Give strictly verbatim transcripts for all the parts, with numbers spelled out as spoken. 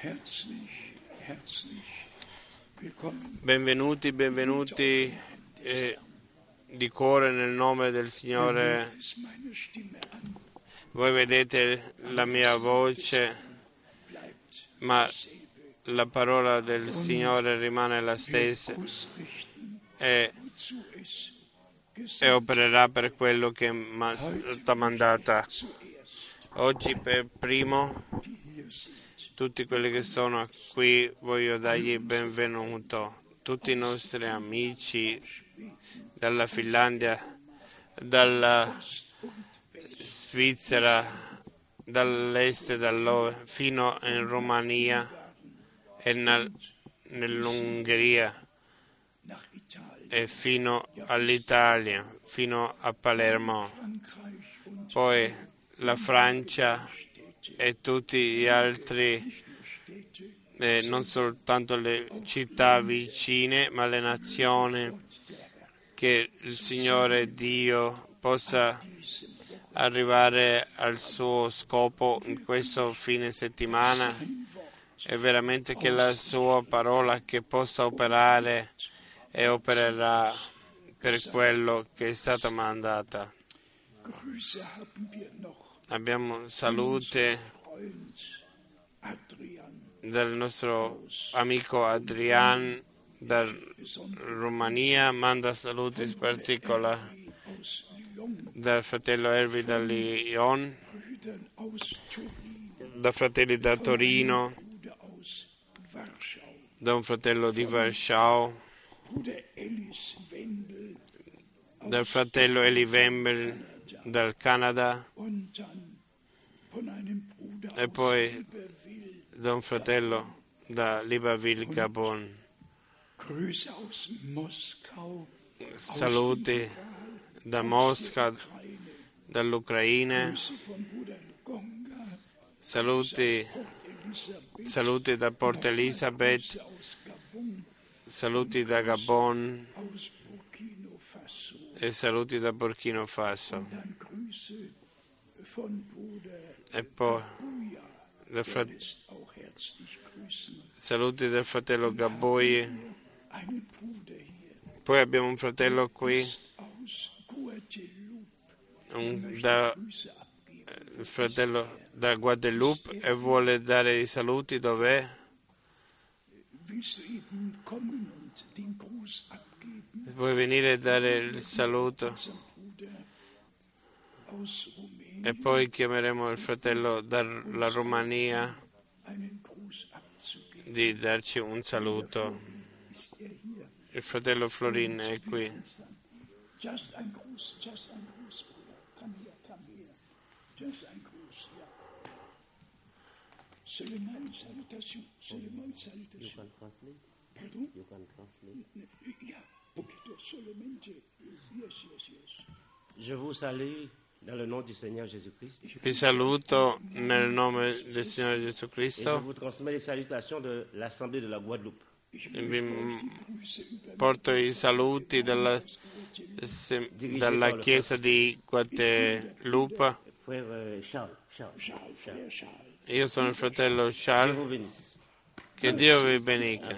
Benvenuti, benvenuti eh, di cuore nel nome del Signore. Voi vedete la mia voce, ma la parola del Signore rimane la stessa e, e opererà per quello che mi è stata mandata. Oggi per primo, tutti quelli che sono qui, voglio dargli benvenuto. Tutti i nostri amici dalla Finlandia, dalla Svizzera, dall'est, dall'ovest, fino in Romania e nel, nell'Ungheria e fino all'Italia, fino a Palermo. Poi la Francia e tutti gli altri, eh, non soltanto le città vicine, ma le nazioni, che il Signore Dio possa arrivare al suo scopo in questo fine settimana e veramente che la sua parola che possa operare e opererà per quello che è stata mandata. Abbiamo salute del nostro amico Adrian da Romania, manda saluti particolari dal fratello Ervi da Lyon, da fratelli da Torino, da un fratello di Warschau, dal fratello Eli Wembel dal Canada e poi da un fratello da Libreville, Gabon. Saluti da Mosca, dall'Ucraina, saluti, saluti da Port Elizabeth, saluti da Gabon e saluti da Burkina Faso. E poi da frat- saluti del fratello Gaboye. Poi abbiamo un fratello qui, un da, il fratello da Guadeloupe, e vuole dare i saluti. Dov'è? Vuoi venire a dare il saluto? E poi chiameremo il fratello dalla Romania di darci un saluto. Il fratello Florin è qui. Je vous salue dans le nom du Seigneur Jésus-Christ. Vi saluto nel nome del Signore Gesù Et je Cristo. vous transmets les salutations de l'Assemblée de la Guadeloupe. Vi porto i saluti dalla, se- dalla chiesa di Guadeloupe. Frère euh, Charles, Charles, Charles. Io sono il fratello Dieu Charles. vous bénisse. Che Dio vi benedica.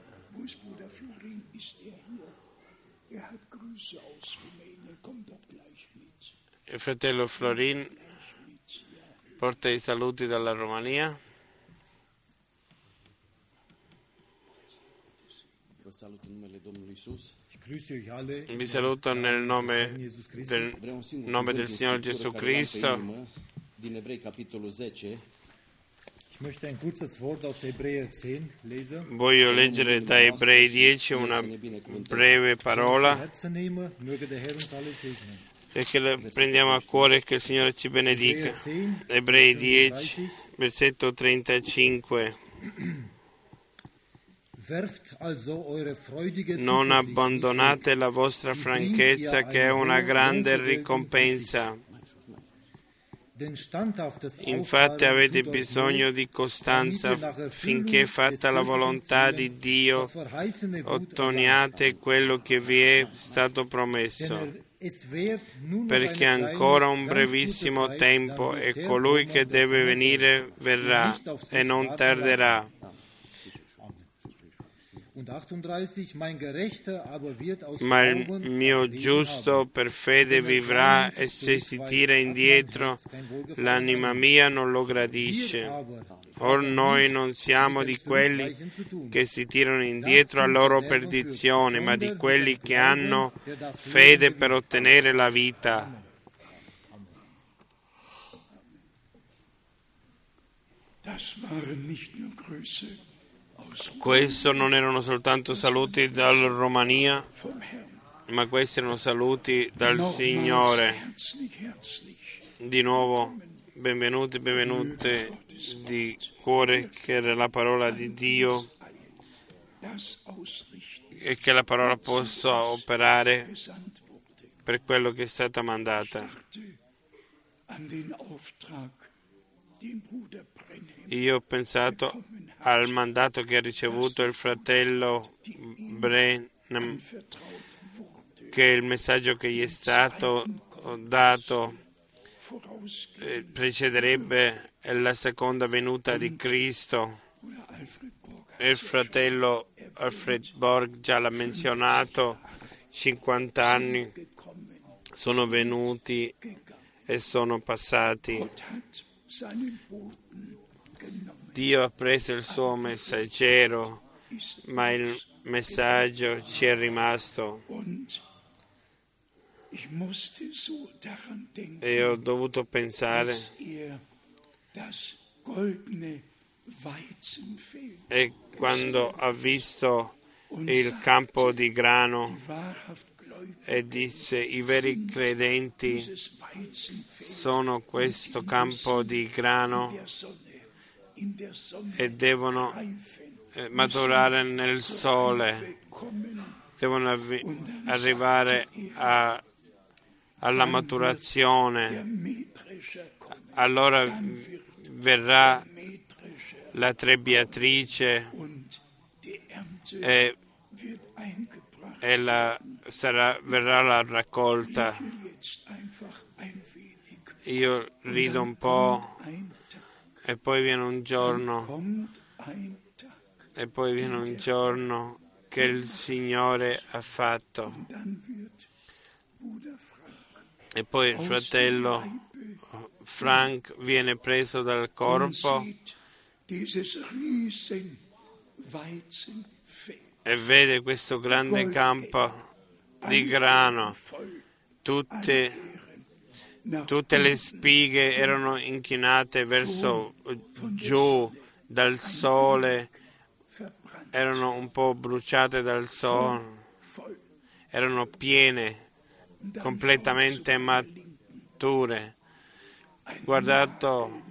Il fratello Florin porta i saluti dalla Romania. Vă salut în numele Domnului Iisus. Vi saluto nel nome del, Vreau un singur nome cuvânt del din Signore Scriptură Gesù care l-am pe Cristo. inimă, din Evrei, capitolul zece. Ich möchte ein kurzes Wort aus Hebräer zehn lesen. Voglio leggere da Ebrei dieci una breve parola, Herzen nehmen, möge der Herr uns alle segnen. perché la prendiamo a cuore, che il Signore ci benedica. Ebrei dieci, versetto trentacinque. Werft also eure freudige Non Zuversicht abbandonate la vostra franchezza, che è una grande ricompensa. Denn standhaftes Infatti Ausharren avete tut euch bisogno wohl, di costanza finché, fatta la volontà di Dio, das verheißene Gut otteniate quello che vi è stato promesso. Denn er perché ancora un brevissimo tempo e colui che deve venire verrà e non tarderà. Ma il mio giusto per fede vivrà, e se si tira indietro, l'anima mia non lo gradisce. Or noi non siamo di quelli che si tirano indietro a loro perdizione, ma di quelli che hanno fede per ottenere la vita. Questo non erano soltanto saluti dalla Romania, ma questi erano saluti dal Signore. Di nuovo, benvenuti, benvenute di cuore, che era la parola di Dio e che la parola possa operare per quello che è stata mandata. Io ho pensato al mandato che ha ricevuto il fratello Branham, che il messaggio che gli è stato dato eh, precederebbe la seconda venuta di Cristo. Il fratello Alfred Borg già l'ha menzionato, cinquanta anni sono venuti e sono passati. Dio ha preso il suo messaggero, ma il messaggio ci è rimasto. E ho dovuto pensare e quando ha visto il campo di grano e disse: i veri credenti sono questo campo di grano e devono eh, maturare nel sole, devono avvi- arrivare a, alla maturazione. Allora verrà la trebbiatrice e, e la, sarà, verrà la raccolta. Io rido un po'. E poi viene un giorno, e poi viene un giorno che il Signore ha fatto. E poi il fratello Frank viene preso dal corpo e vede questo grande campo di grano. Tutte Tutte le spighe erano inchinate verso giù dal sole, erano un po' bruciate dal sole, erano piene, completamente mature. Guardato,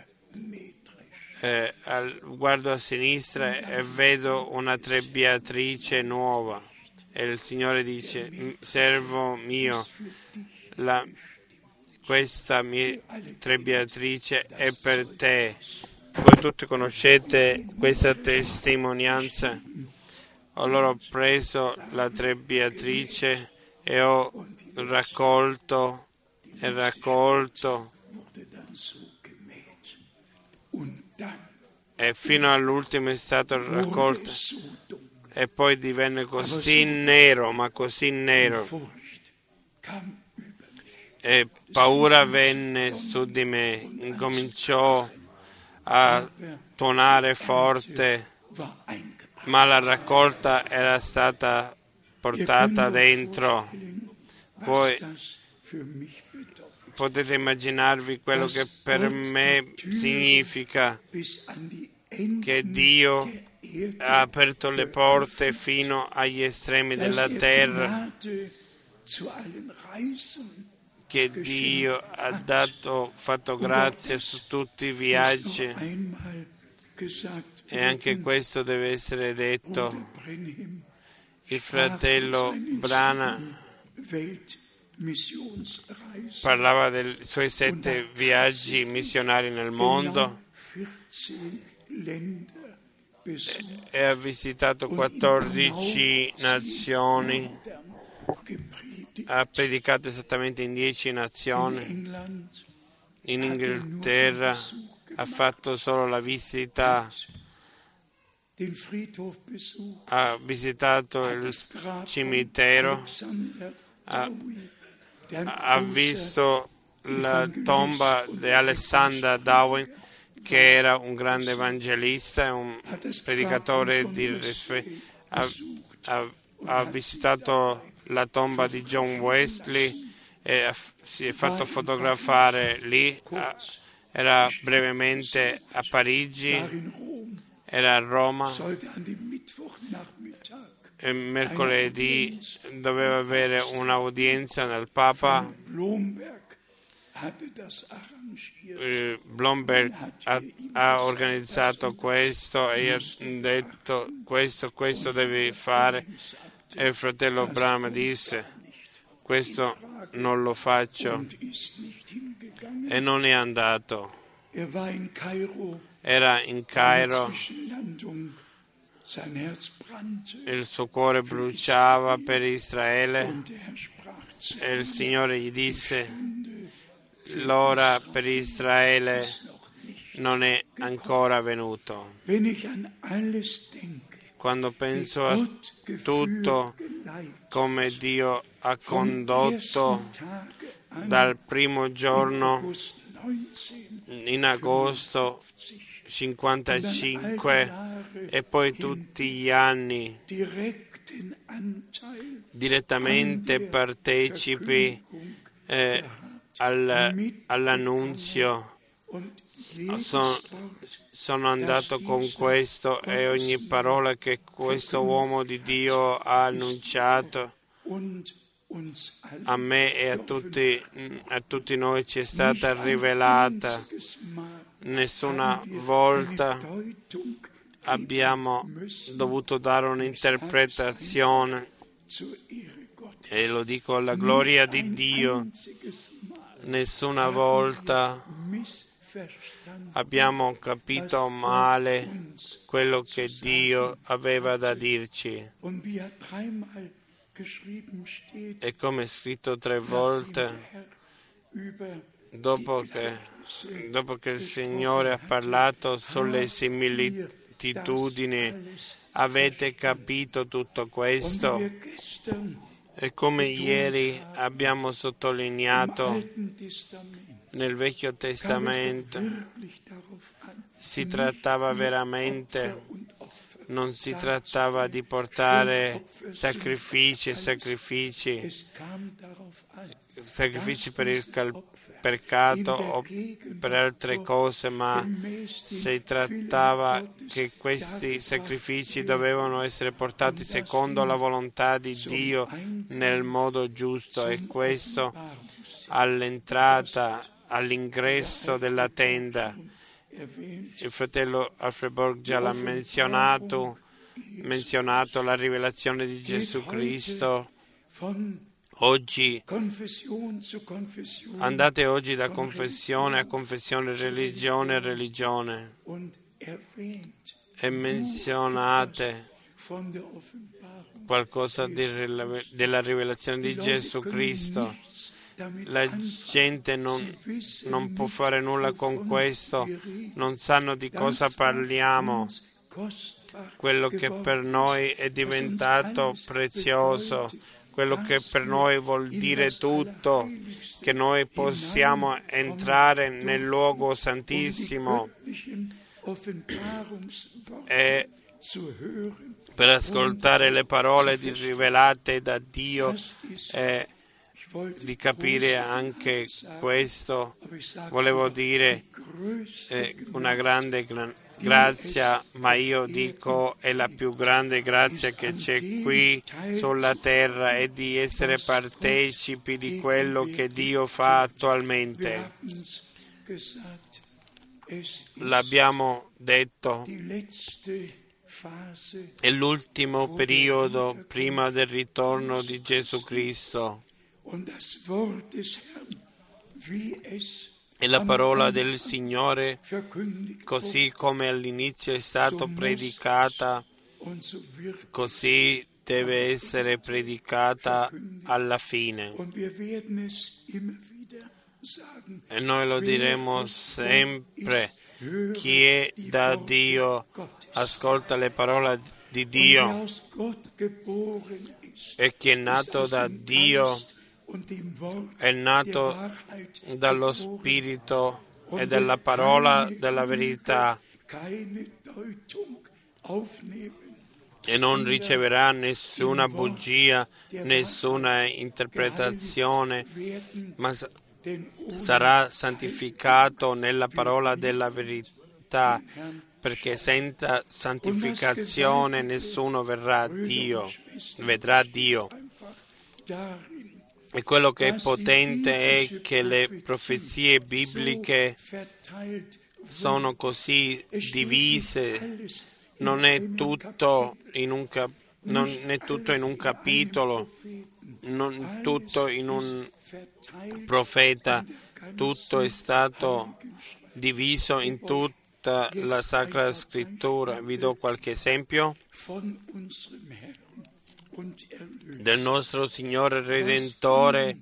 eh, al, guardo a sinistra e vedo una trebbiatrice nuova. E il Signore dice: servo mio, la questa mia trebbiatrice è per te. Voi tutti conoscete questa testimonianza. Allora ho preso la trebbiatrice e ho raccolto e raccolto e fino all'ultimo è stato raccolto e poi divenne così nero, ma così nero. E paura venne su di me, incominciò a tuonare forte, ma la raccolta era stata portata dentro. Voi potete immaginarvi quello che per me significa che Dio ha aperto le porte fino agli estremi della terra, che Dio ha dato, fatto grazia su tutti i viaggi, e anche questo deve essere detto. Il fratello Branham parlava dei suoi sette viaggi missionari nel mondo e ha visitato quattordici nazioni ha predicato esattamente in dieci nazioni. In Inghilterra ha fatto solo la visita, ha visitato il cimitero, ha, ha visto la tomba di Alexander Darwin, che era un grande evangelista, un predicatore di rispetto. Ha, ha, ha visitato la tomba di John Wesley e ha, si è fatto fotografare lì. Ha, era brevemente a Parigi, era a Roma e mercoledì doveva avere un'udienza nel Papa. Eh, Blomberg ha, ha organizzato questo e ha detto questo, questo devi fare, e il fratello Branham disse questo non lo faccio e non è andato. Era in Cairo, il suo cuore bruciava per Israele e il Signore gli disse: l'ora per Israele non è ancora venuto. Quando penso a tutto come Dio ha condotto dal primo giorno in agosto cinquantacinque e poi tutti gli anni direttamente partecipi eh, al, all'annunzio, sono, sono andato con questo e ogni parola che questo uomo di Dio ha annunciato a me e a tutti, a tutti noi ci è stata rivelata. Nessuna volta abbiamo dovuto dare un'interpretazione, e lo dico alla gloria di Dio. Nessuna volta abbiamo capito male quello che Dio aveva da dirci. E come è scritto tre volte, dopo che, dopo che il Signore ha parlato sulle similitudini, avete capito tutto questo? E come ieri abbiamo sottolineato, nel Vecchio Testamento si trattava veramente, non si trattava di portare sacrifici e sacrifici, sacrifici per il cal- peccato o per altre cose, ma si trattava che questi sacrifici dovevano essere portati secondo la volontà di Dio nel modo giusto, e questo all'entrata, all'ingresso della tenda. Il fratello Alfred Borg già l'ha menzionato, menzionato la rivelazione di Gesù Cristo. Oggi andate oggi da confessione a confessione, religione a religione, e menzionate qualcosa di, della rivelazione di Gesù Cristo. La gente non, non può fare nulla con questo, non sanno di cosa parliamo. Quello che per noi è diventato prezioso, quello che per noi vuol dire tutto, che noi possiamo entrare nel luogo santissimo e per ascoltare le parole rivelate da Dio e di capire anche questo. Volevo dire eh, una grande gran, grazia, ma io dico è la più grande grazia che c'è qui sulla terra, è di essere partecipi di quello che Dio fa attualmente. L'abbiamo detto, è l'ultimo periodo prima del ritorno di Gesù Cristo. E la parola del Signore, così come all'inizio è stata predicata, così deve essere predicata alla fine. E noi lo diremo sempre: chi è da Dio ascolta le parole di Dio, e chi è nato da Dio è nato dallo Spirito e dalla parola della verità, e non riceverà nessuna bugia, nessuna interpretazione, ma sarà santificato nella parola della verità, perché senza santificazione nessuno verrà a Dio, vedrà Dio. E quello che è potente è che le profezie bibliche sono così divise, non è tutto in un, cap- non è tutto in un capitolo, non tutto in un profeta, tutto è stato diviso in tutta la Sacra Scrittura. Vi do qualche esempio del nostro Signore Redentore,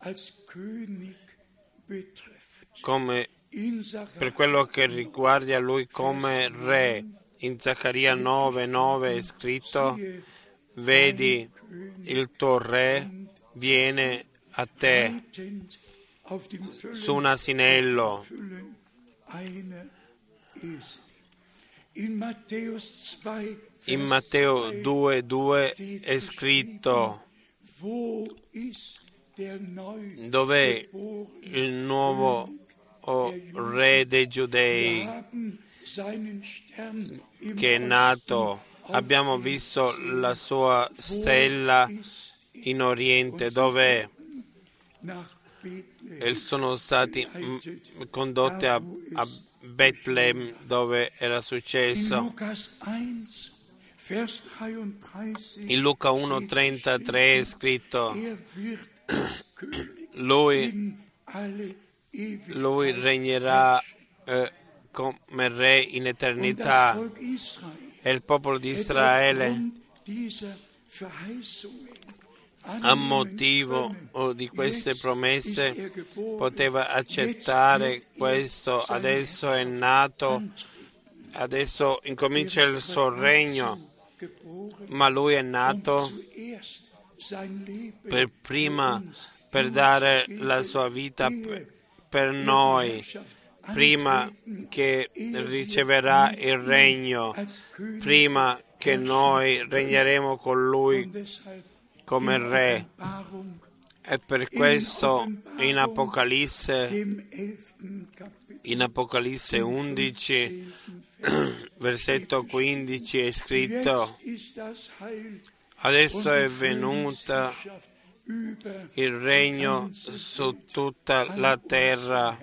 come per quello che riguarda Lui come Re. In Zaccaria nove nove è scritto: vedi, il tuo Re viene a te su un asinello. In Matteo due due è scritto: dov'è il nuovo oh, Re dei Giudei che è nato? Abbiamo visto la sua stella in Oriente, dov'è? E sono stati m- condotti a, a Betlemme, dove era successo. In Luca uno trentatré è scritto: lui, lui regnerà eh, come Re in eternità, e il popolo di Israele, a motivo di queste promesse, poteva accettare questo. Adesso è nato, adesso incomincia il suo regno, ma lui è nato per prima, per dare la sua vita per noi, prima che riceverà il regno, prima che noi regneremo con lui come Re. E per questo in Apocalisse, in Apocalisse undici, versetto quindici è scritto: adesso è venuto il regno su tutta la terra,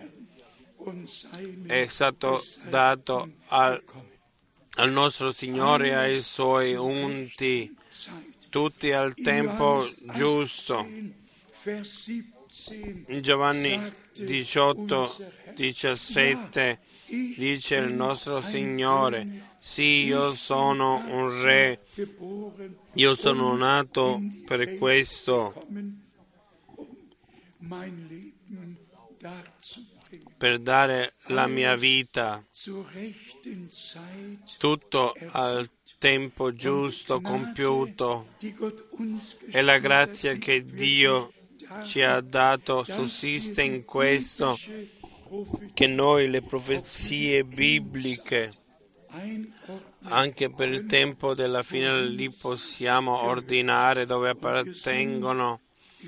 è stato dato al, al nostro Signore e ai Suoi unti, tutti al tempo giusto. In Giovanni diciotto diciassette dice il nostro Signore: sì, io sono un re, io sono nato per questo, per dare la mia vita, tutto al tempo giusto, compiuto. E la grazia che Dio ci ha dato sussiste in questo, che noi le profezie bibliche, anche per il tempo della fine, li possiamo ordinare dove appartengono.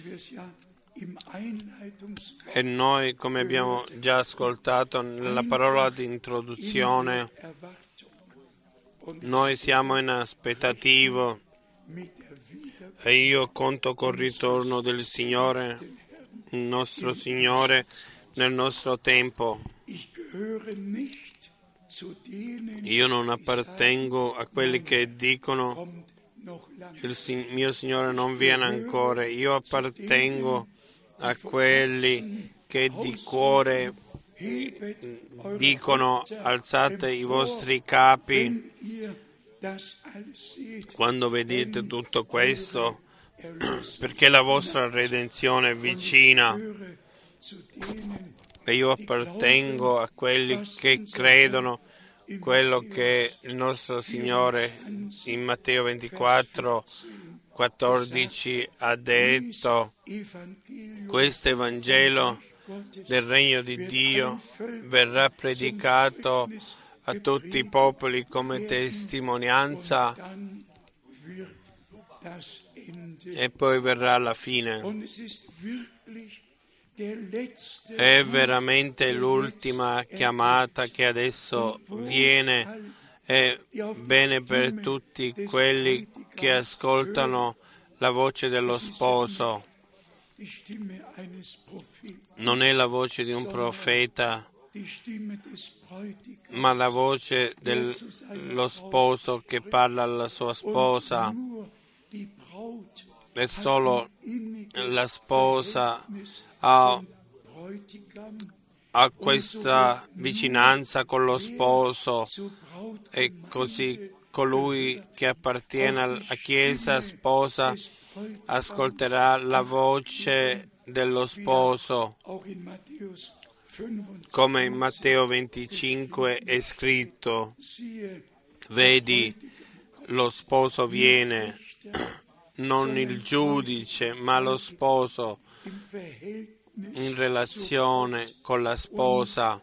E noi, come abbiamo già ascoltato nella parola di introduzione, noi siamo in aspettativa, e io conto col ritorno del Signore, il nostro Signore, nel nostro tempo. Io non appartengo a quelli che dicono il mio Signore non viene ancora. Io appartengo a quelli che di cuore dicono: alzate i vostri capi, Quando vedete tutto questo, perché la vostra redenzione è vicina, e io appartengo a quelli che credono quello che il nostro Signore in Matteo ventiquattro, quattordici ha detto: questo Evangelo del Regno di Dio verrà predicato a tutti i popoli come testimonianza e poi verrà la fine. È veramente l'ultima chiamata che adesso viene. È bene per tutti quelli che ascoltano la voce dello sposo. Non è la voce di un profeta, ma la voce dello sposo che parla alla sua sposa. E solo la sposa ha, ha questa vicinanza con lo sposo, e così colui che appartiene alla Chiesa sposa ascolterà la voce dello sposo, come in Matteo venticinque è scritto: vedi, lo sposo viene, non il giudice, ma lo sposo, in relazione con la sposa.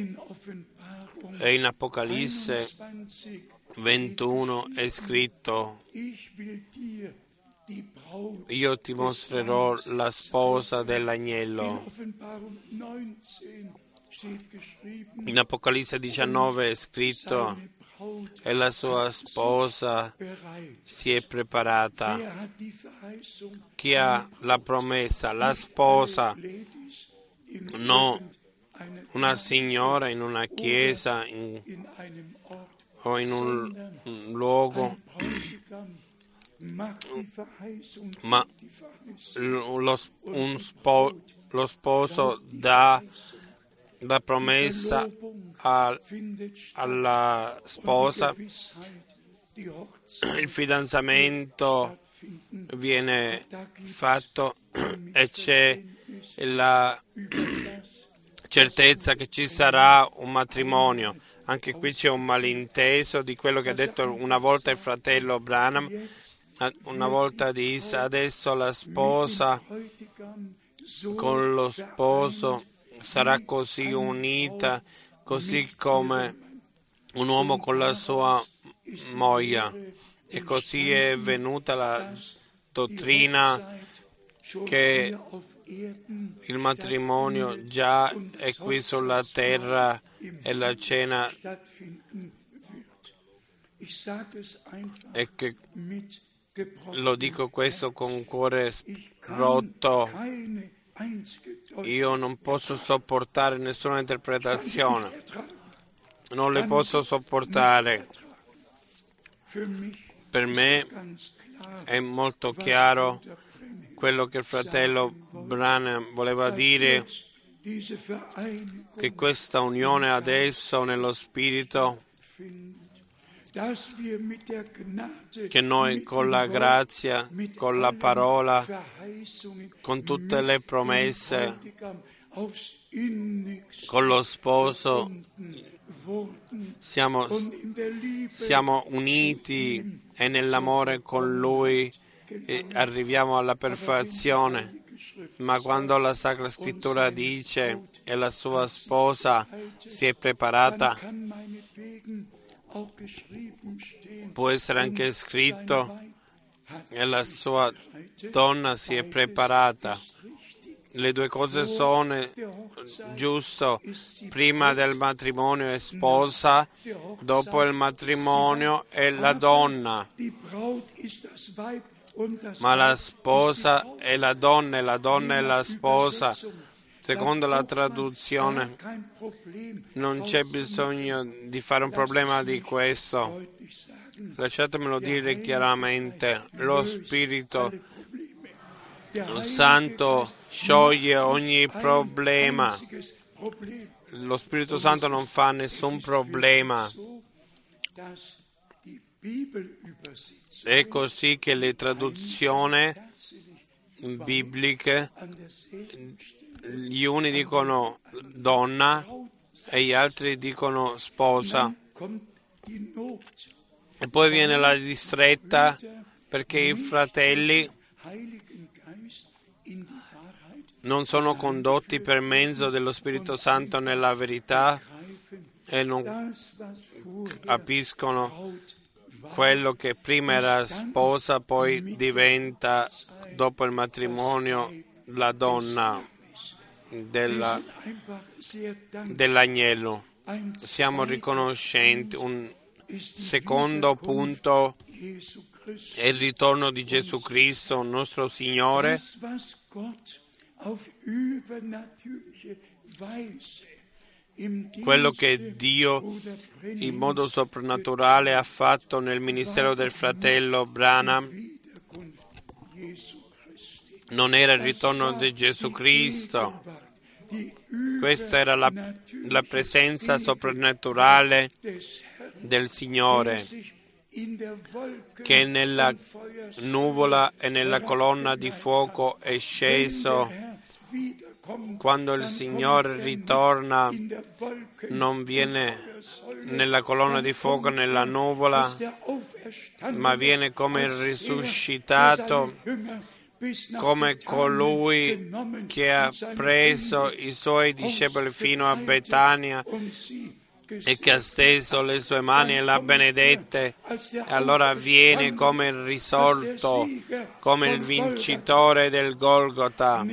E in Apocalisse ventuno è scritto: io ti mostrerò la sposa dell'agnello. In Apocalisse diciannove è scritto: e la sua sposa si è preparata. Chi ha la promessa? La sposa, no una signora in una chiesa in, o in un, un luogo, ma lo, un spo, lo sposo dà la promessa a, alla sposa, il fidanzamento viene fatto e c'è la certezza che ci sarà un matrimonio. Anche qui c'è un malinteso di quello che ha detto una volta il fratello Branham. Una volta disse: adesso la sposa con lo sposo sarà così unita, così come un uomo con la sua moglie. E così è venuta la dottrina che il matrimonio già è qui sulla terra e la cena è che lo dico questo con un cuore rotto. Io non posso sopportare nessuna interpretazione, non le posso sopportare. Per me è molto chiaro quello che il fratello Branham voleva dire, che questa unione adesso nello Spirito, che noi con la grazia, con la parola, con tutte le promesse, con lo sposo, siamo, siamo uniti e nell'amore con Lui e arriviamo alla perfezione. Ma quando la Sacra Scrittura dice e la sua sposa si è preparata, può essere anche scritto e la sua donna si è preparata. Le due cose sono giusto. Prima del matrimonio è sposa, dopo il matrimonio è la donna. Ma la sposa è la donna e la donna è la sposa. Secondo la traduzione non c'è bisogno di fare un problema di questo. Lasciatemelo dire chiaramente: lo Spirito Santo scioglie ogni problema. Lo Spirito Santo non fa nessun problema. È così che le traduzioni bibliche, gli uni dicono donna e gli altri dicono sposa. E poi viene la distretta perché i fratelli non sono condotti per mezzo dello Spirito Santo nella verità e non capiscono quello che prima era sposa, poi diventa, dopo il matrimonio, la donna della, dell'agnello. Siamo riconoscenti. Un secondo punto è il ritorno di Gesù Cristo, nostro Signore. Quello che Dio in modo soprannaturale ha fatto nel ministero del fratello Branham non era il ritorno di Gesù Cristo. Questa era la, la presenza soprannaturale del Signore, che nella nuvola e nella colonna di fuoco è sceso. Quando il Signore ritorna, non viene nella colonna di fuoco, nella nuvola, ma viene come il risuscitato, come colui che ha preso i suoi discepoli fino a Betania e che ha steso le sue mani e l'ha benedette, e allora viene come il risorto, come il vincitore del Golgota,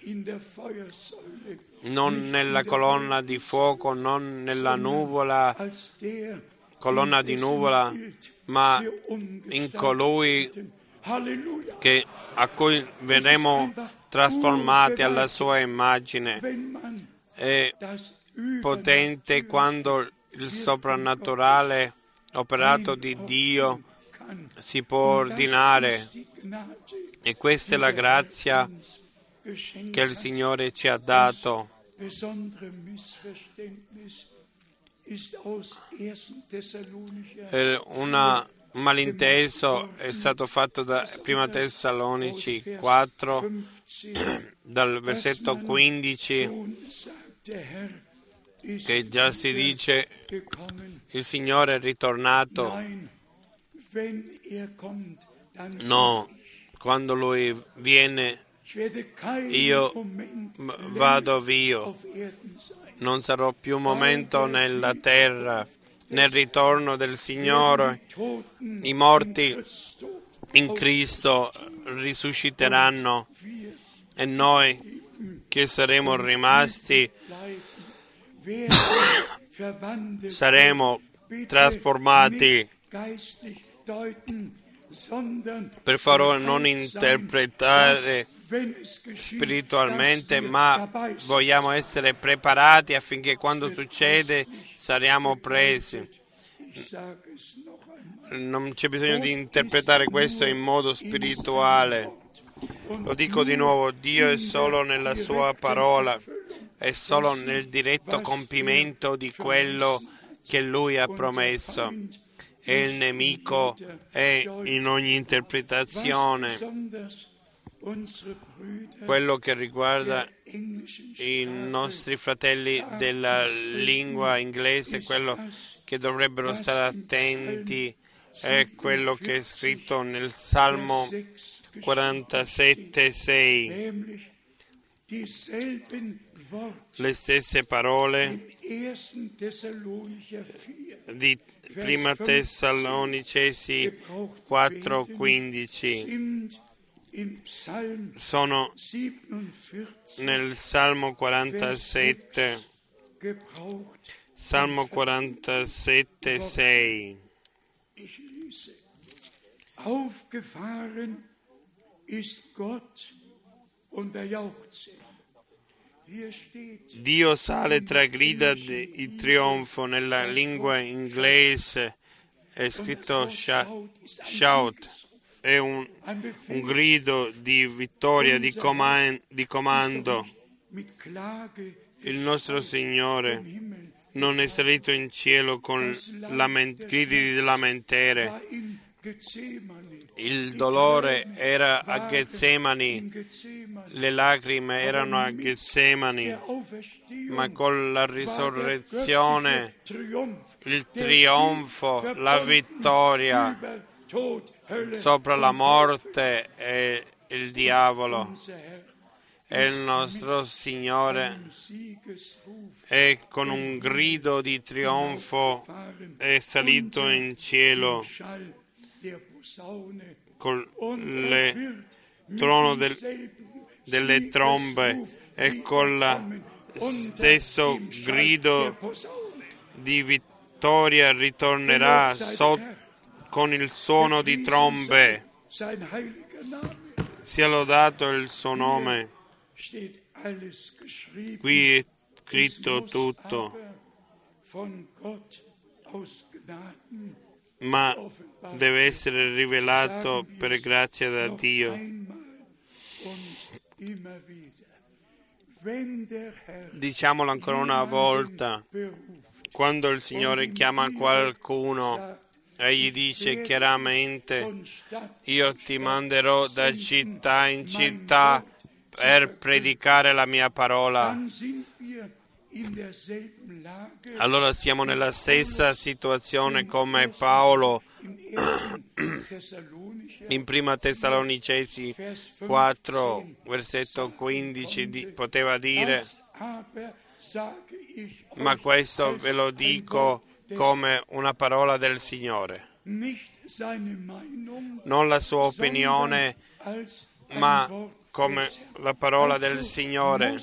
non nella colonna di fuoco, non nella nuvola, colonna di nuvola, ma in colui che, a cui verremo trasformati alla sua immagine. È potente quando il soprannaturale operato di Dio si può ordinare, e questa è la grazia che il Signore ci ha dato. Un malinteso è stato fatto da Prima Tessalonici quattro, dal versetto quindici, che già si dice il Signore è ritornato. No, quando Lui viene io vado via, non sarò più un momento nella terra. Nel ritorno del Signore i morti in Cristo risusciteranno e noi che saremo rimasti saremo trasformati. Per favore, non interpretare spiritualmente, ma vogliamo essere preparati affinché quando succede saremo presi. Non c'è bisogno di interpretare questo in modo spirituale. Lo dico di nuovo, Dio è solo nella sua parola, è solo nel diretto compimento di quello che Lui ha promesso. E il nemico è in ogni interpretazione. Quello che riguarda i nostri fratelli della lingua inglese, quello che dovrebbero stare attenti è quello che è scritto nel Salmo quarantasette sei. Le stesse parole di Prima Tessalonicesi quattro quindici sono nel Salmo quarantasette, Salmo quarantasette sei. Aufgefahren ist Gott und er jauchzt. Dio sale tra grida di trionfo. Nella lingua inglese è scritto shout, è un, un grido di vittoria, di, coman- di comando. Il nostro Signore non è salito in cielo con lament- gridi di lamentele. Il dolore era a Getsemani, le lacrime erano a Getsemani, ma con la risurrezione, il trionfo, la vittoria sopra la morte e il diavolo, e il nostro Signore è con un grido di trionfo è salito in cielo con il trono del, delle trombe e con lo stesso grido di vittoria ritornerà so, con il suono di trombe. Sia lodato il suo nome. Qui è scritto tutto, ma deve essere rivelato per grazia da Dio. Diciamolo ancora una volta, quando il Signore chiama qualcuno, egli dice chiaramente: io ti manderò da città in città per predicare la mia parola. Allora siamo nella stessa situazione come Paolo in prima Tessalonicesi quattro, versetto quindici, di, poteva dire: ma questo ve lo dico come una parola del Signore, non la sua opinione, ma come la parola del Signore.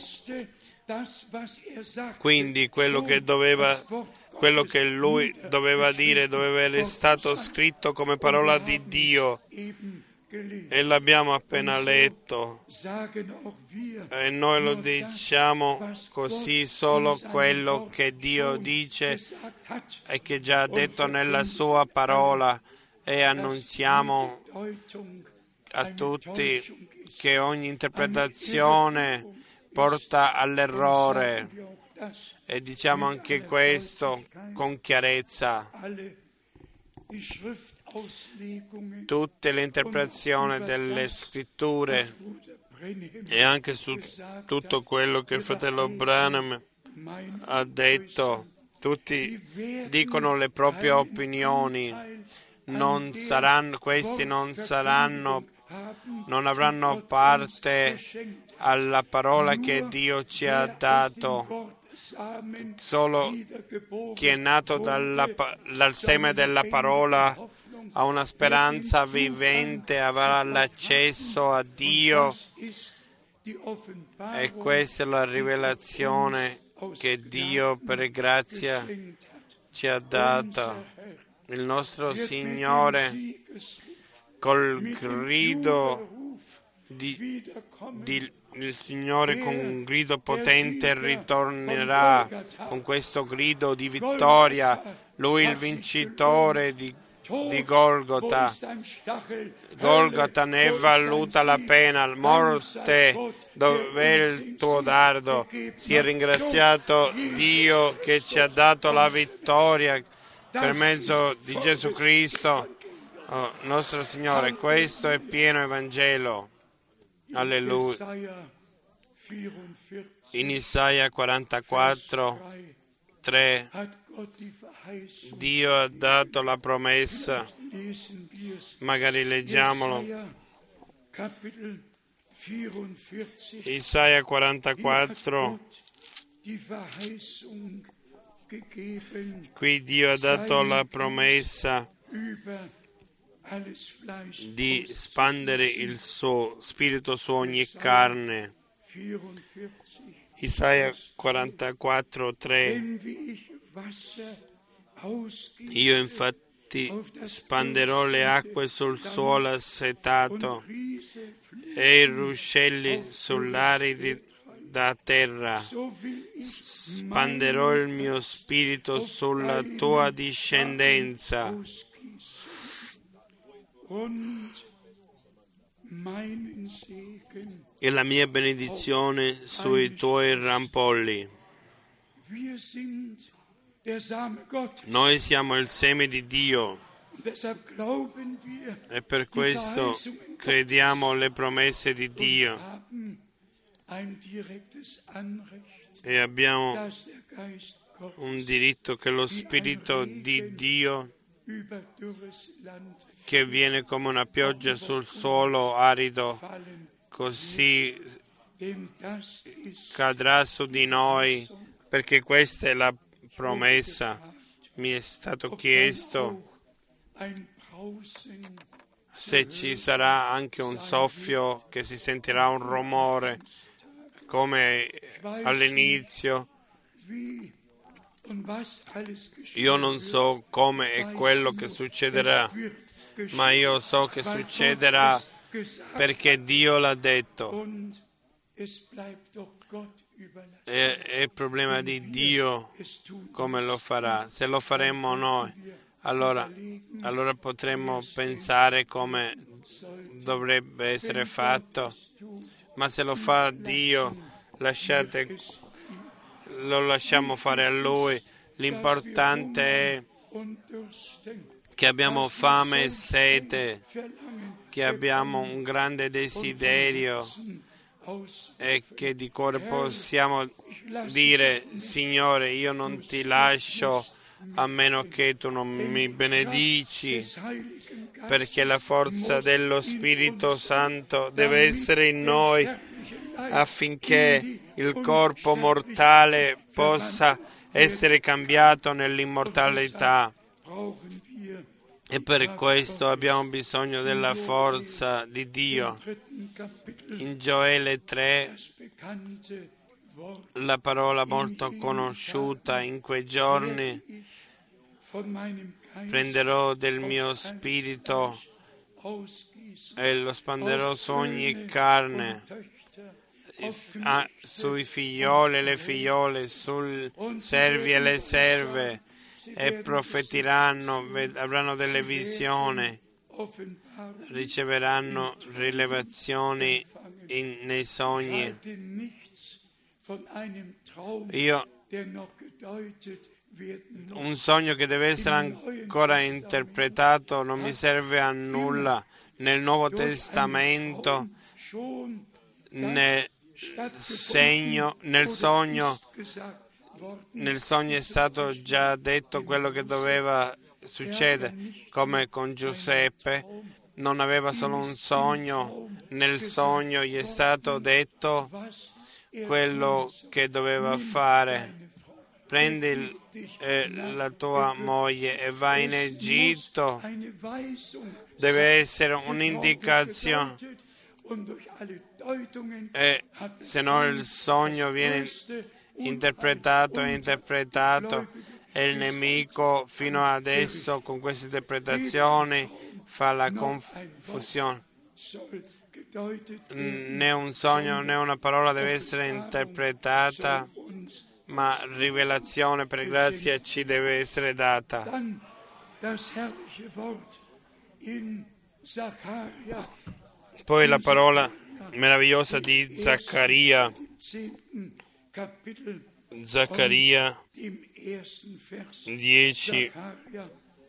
Quindi quello che doveva, quello che lui doveva dire doveva essere stato scritto come parola di Dio, e l'abbiamo appena letto, e noi lo diciamo così: solo quello che Dio dice e che già ha detto nella sua parola, e annunziamo a tutti che ogni interpretazione porta all'errore, e diciamo anche questo con chiarezza. Tutte le interpretazioni delle scritture e anche su tutto quello che il fratello Branham ha detto, tutti dicono le proprie opinioni, non saranno, questi non saranno, non avranno parte alla parola che Dio ci ha dato. Solo chi è nato dalla, dal seme della parola ha una speranza vivente, avrà l'accesso a Dio, e questa è la rivelazione che Dio per grazia ci ha dato. Il nostro Signore col grido di, di il Signore con un grido potente ritornerà, con questo grido di vittoria. Lui il vincitore di, di Golgota. Golgota ne è valuta la pena. Morte, dov'è il tuo dardo? Sia ringraziato Dio che ci ha dato la vittoria per mezzo di Gesù Cristo, oh, nostro Signore. Questo è pieno Evangelo. Alleluia. In Isaia quarantaquattro, tre, Dio ha dato la promessa. Magari leggiamolo. Isaia quarantaquattro. Qui Dio ha dato la promessa di spandere il suo spirito su ogni carne. Isaia quarantaquattro, tre. Io infatti spanderò le acque sul suolo assetato e i ruscelli sull'arida terra. Spanderò il mio spirito sulla tua discendenza e la mia benedizione sui tuoi rampolli. der Same Gottes. Noi siamo il seme di Dio Und deshalb glauben wir e per die questo Verheißungen crediamo alle promesse di und Dio haben ein direktes Anrecht, e abbiamo dass der Geist Gottes un diritto che lo Spirito di Dio, über dürres Land che viene come una pioggia sul suolo arido, fallen, così denn das ist cadrà su di noi, perché questa è la promessa. Mi è stato chiesto ein Brausen se ci sarà anche un soffio, che si sentirà un rumore come all'inizio. wie und was alles geschieht. Io non so come è quello che succederà, ma io so che succederà perché Dio l'ha detto. Und es bleibt doch Gott überlassen. È, è il problema di Dio Es tut come lo farà. Se lo faremo noi, allora, allora potremmo pensare come dovrebbe essere fatto, ma se lo fa Dio, lasciate, lo lasciamo fare a Lui. L'importante è und dürsten, che abbiamo fame e sete, verlangen che abbiamo un grande desiderio aus. e che di cuore possiamo dire: Signore, io non ti lascio a meno che tu non mi benedici, Des Heiligen Geistes perché la forza dello Spirito Santo deve essere in noi affinché il corpo mortale possa essere cambiato nell'immortalità. brauchen wir E per questo abbiamo bisogno della forza di Dio. dritten Kapitel In Gioele tre, das bekannte Wort la parola molto conosciuta: in quei giorni von meinem Geist prenderò del mio spirito ausgießen e lo spanderò auf su ogni Söhne carne, und Töchter, auf ah, Knechte sui figlioli e le figliole, sui servi e le serve, e profetiranno, ved- avranno delle visioni, offenbaren. riceveranno rilevazioni in- nei sogni. Halte nichts von einem Traum, Io der noch gedeutet werden muss. un sogno che deve essere ancora interpretato non mi serve a nulla. Nel Nuovo Testamento, Schon nel segno, nel sogno, gesagt worden, nel sogno è stato già detto quello che doveva succedere, come con Giuseppe. Non aveva solo un sogno, nel sogno gli è stato detto was quello che doveva fare. Prendi il- eh, la tua moglie e vai in Egitto. eine Weisung Deve essere un'indicazione, gedeutet und durch alle Deutungen e hat se no il sogno viene größte interpretato e interpretato, e il nemico fino adesso con queste interpretazioni fa la confusione. soll gedeutet Né un sogno né una parola deve essere interpretata, uns. ma rivelazione per grazia ci deve essere data. Dann das herrliche Wort in Sacharja, Poi la parola meravigliosa di Zaccaria, zehnten Kapitel, Zaccaria dem ersten Vers. dieci, Sacharja,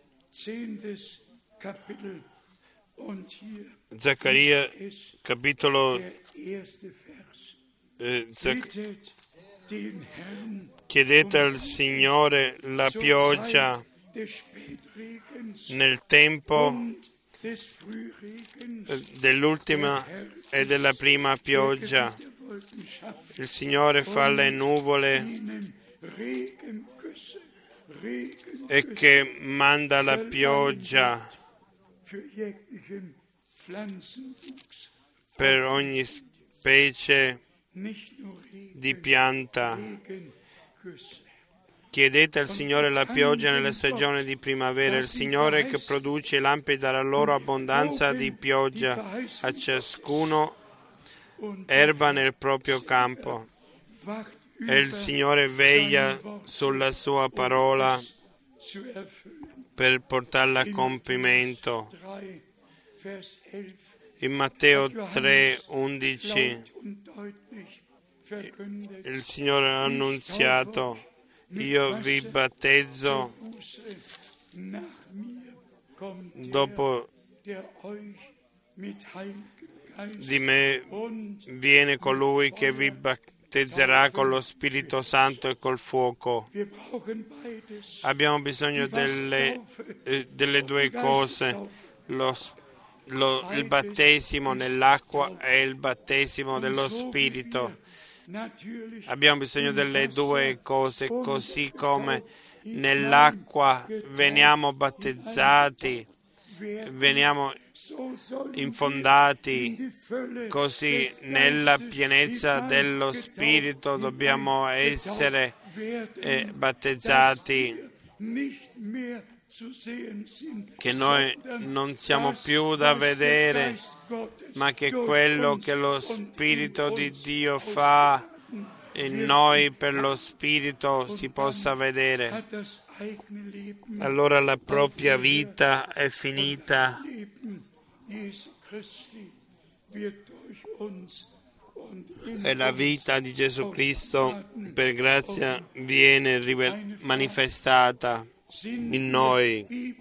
zehntes Kapitel. Und hier Zaccaria ist capitolo der erste Vers. eh, Zac- Bittet den Herrn chiedete al Signore la zur pioggia Zeit des Spätregens nel tempo und des Frühregens, eh, dell'ultima e della prima pioggia. der Wolken schafft, Il Signore fa le nuvole ihnen Regengüsse, e Regengüsse che manda la pioggia für jeglichen Pflanzenwuchs, per ogni specie nicht nur Regen, di pianta. Regengüsse. Chiedete al Signore la pioggia nella stagione di primavera, il Signore che produce i lampi darà loro abbondanza di pioggia, a ciascuno Und erba nel proprio campo. wacht E il über Signore veglia sein Wort sulla sua parola zu erfüllen. per portarla a compimento. drei, Vers elf. In Matteo tre undici Laut und deutlich verkündet. il Signore ha annunziato: io vi battezzo, dopo di me viene colui che vi battezzerà con lo Spirito Santo e col fuoco. Abbiamo bisogno delle, eh, delle due cose, lo, lo, il battesimo nell'acqua e il battesimo dello Spirito. Abbiamo bisogno delle due cose, così come nell'acqua veniamo battezzati, veniamo infondati, così nella pienezza dello Spirito dobbiamo essere eh, battezzati, che noi non siamo più da vedere, ma che quello che lo Spirito di Dio fa in noi per lo Spirito si possa vedere. Allora la propria vita è finita e la vita di Gesù Cristo per grazia viene rive- manifestata in noi.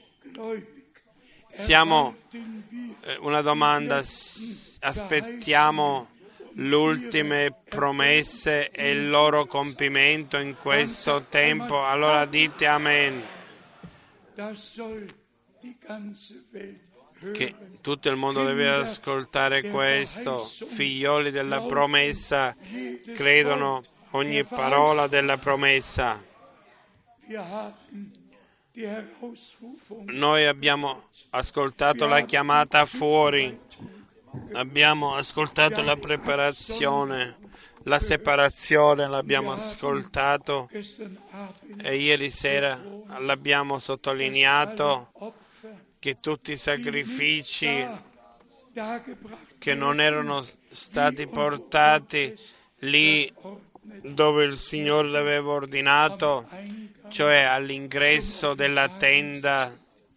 Siamo, eh, una domanda, aspettiamo le ultime promesse e il loro compimento in questo tempo? Allora dite amen. Che tutto il mondo deve ascoltare questo. Figlioli della promessa credono ogni parola della promessa. Noi abbiamo ascoltato la chiamata fuori, abbiamo ascoltato la preparazione, la separazione l'abbiamo ascoltato e ieri sera l'abbiamo sottolineato, che tutti i sacrifici che non erano stati portati lì dove il Signore l'aveva ordinato, cioè all'ingresso della tenda.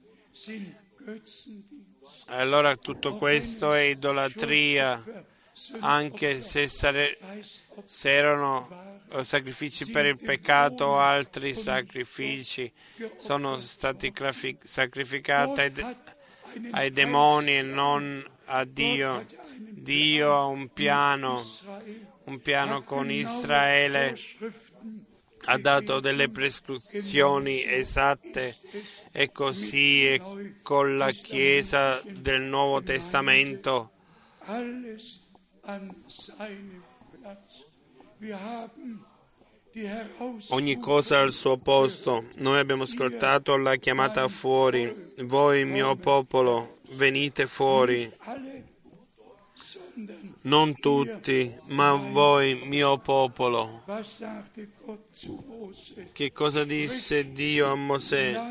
Allora tutto questo è idolatria, anche se, sare- se erano sacrifici per il peccato o altri sacrifici sono stati crafi- sacrificati ai, de- ai demoni e non a Dio. Dio ha un piano, un piano con Israele, ha dato delle prescrizioni esatte e così è con la Chiesa del Nuovo Testamento. Ogni cosa al suo posto. Noi abbiamo ascoltato la chiamata fuori. Voi, mio popolo, venite fuori. Non tutti, ma voi, mio popolo. Che cosa disse Dio a Mosè?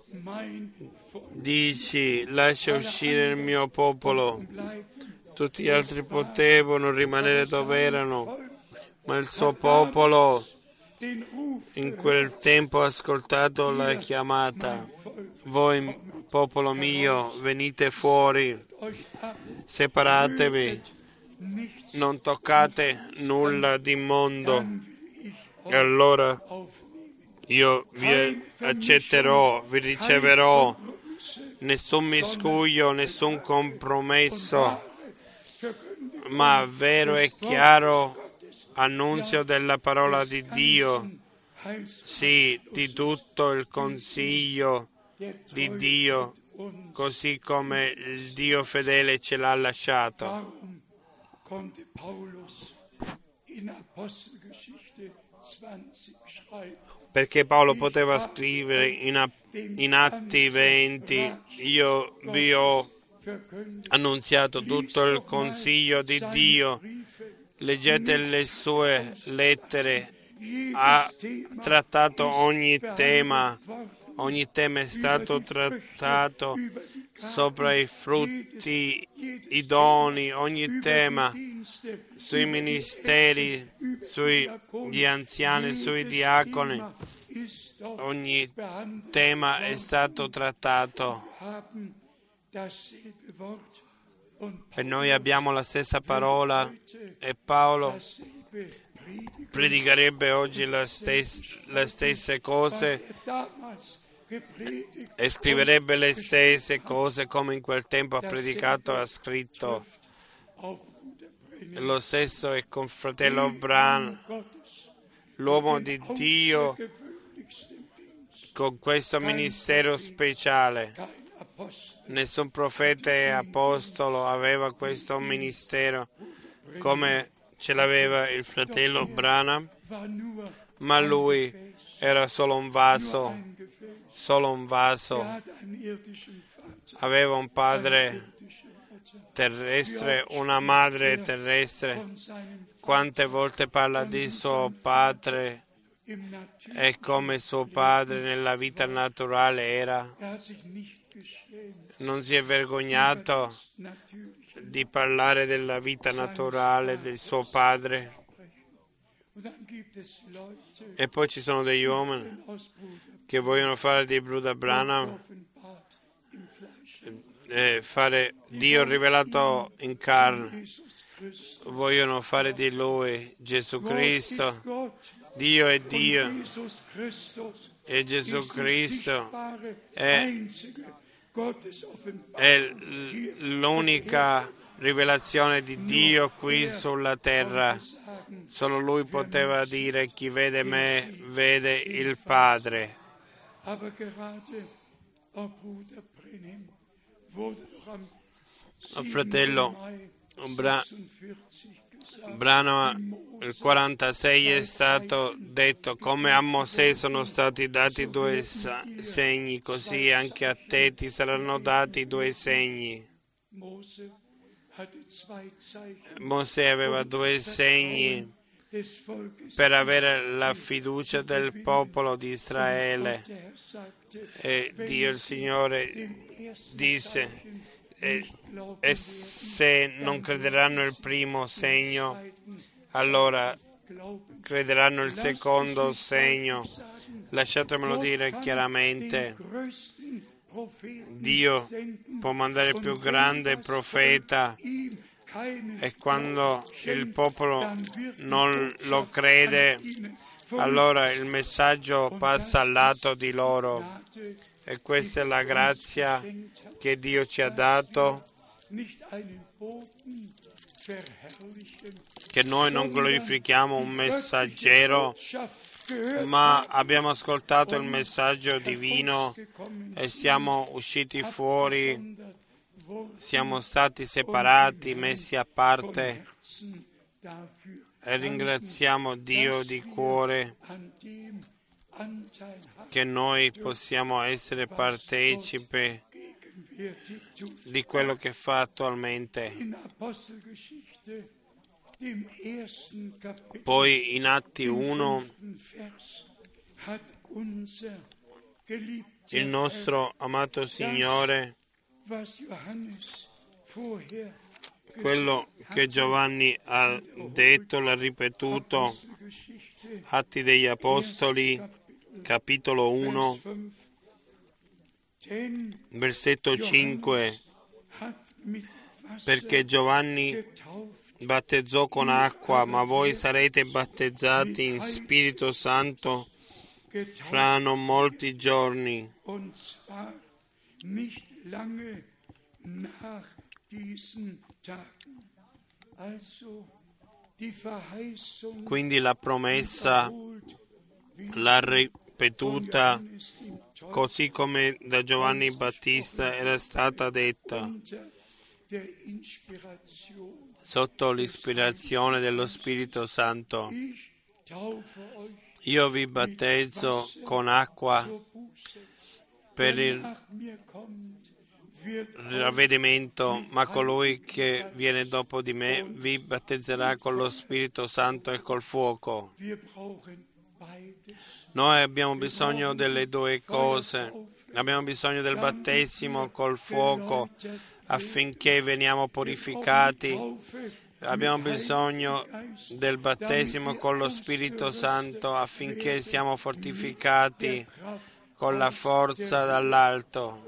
Dici, lascia uscire il mio popolo. Tutti gli altri potevano rimanere dove erano, ma il suo popolo in quel tempo ha ascoltato la chiamata. Voi, popolo mio, venite fuori, separatevi, non toccate nulla di immondo, e allora io vi accetterò, vi riceverò, nessun miscuglio, nessun compromesso, ma vero e chiaro annunzio della parola di Dio, sì, di tutto il consiglio di Dio, così come il Dio fedele ce l'ha lasciato. Perché Paolo poteva scrivere in, in Atti venti, io vi ho annunziato tutto il consiglio di Dio. Leggete le sue lettere, ha trattato ogni tema, ogni tema è stato trattato sopra i frutti, i doni, ogni tema, sui ministeri, sugli anziani, sui diaconi, ogni tema è stato trattato. E noi abbiamo la stessa parola e Paolo predicherebbe oggi la stessa, le stesse cose e scriverebbe le stesse cose come in quel tempo ha predicato e ha scritto. Lo stesso è con fratello Branham, l'uomo di Dio con questo ministero speciale. Nessun profeta e apostolo aveva questo ministero come ce l'aveva il fratello Branham, ma lui era solo un vaso, solo un vaso. Aveva un padre terrestre, una madre terrestre. Quante volte parla di suo padre e come suo padre nella vita naturale era. Non si è vergognato di parlare della vita naturale del suo padre. E poi ci sono degli uomini che vogliono fare di Bruder Branham, eh, fare Dio rivelato in carne, vogliono fare di Lui Gesù Cristo. Dio è Dio e Gesù Cristo è, è l'unica rivelazione di Dio qui sulla terra. Solo Lui poteva dire: chi vede me vede il Padre. Il fratello Bra- Branham il quarantasei è stato detto: come a Mosè sono stati dati due segni, così anche a te ti saranno dati due segni. Mosè aveva due segni per avere la fiducia del popolo di Israele, e Dio il Signore disse: e, e se non crederanno il primo segno, allora crederanno il secondo segno. Lasciatemelo dire chiaramente: Dio può mandare il più grande profeta, e quando il popolo non lo crede, allora il messaggio passa al lato di loro. E questa è la grazia che Dio ci ha dato, che noi non glorifichiamo un messaggero, ma abbiamo ascoltato il messaggio divino e siamo usciti fuori, siamo stati separati, messi a parte, e ringraziamo Dio di cuore che noi possiamo essere partecipi di quello che fa attualmente. Poi in Atti uno il nostro amato Signore, quello che Giovanni ha detto, l'ha ripetuto, Atti degli Apostoli, capitolo uno, versetto cinque, perché Giovanni battezzò con acqua, ma voi sarete battezzati in Spirito Santo fra non molti giorni. Quindi la promessa l'ha ripetuta così come da Giovanni Battista era stata detta, sotto l'ispirazione dello Spirito Santo. Io vi battezzo con acqua per il ravvedimento, ma colui che viene dopo di me vi battezzerà con lo Spirito Santo e col fuoco. Noi abbiamo bisogno delle due cose. Abbiamo bisogno del battesimo col fuoco affinché veniamo purificati. Abbiamo bisogno del battesimo con lo Spirito Santo affinché siamo fortificati con la forza dall'alto.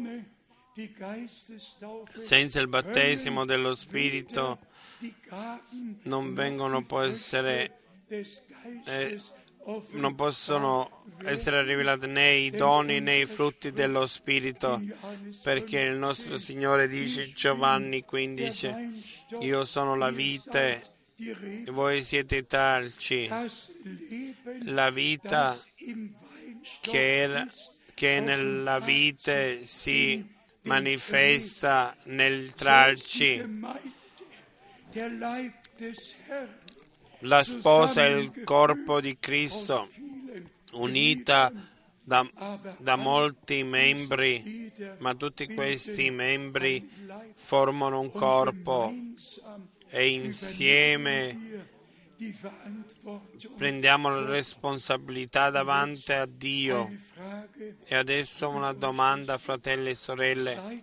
Senza il battesimo dello Spirito non vengono può essere eh, non possono essere rivelati né i doni né i frutti dello Spirito, perché il nostro Signore dice in Giovanni quindici: io sono la vite e voi siete i tralci. La vita che, è, che è nella vite si manifesta nel tralci. La sposa è il corpo di Cristo, unita da, da molti membri, ma tutti questi membri formano un corpo e insieme prendiamo la responsabilità davanti a Dio. E adesso una domanda, fratelli e sorelle.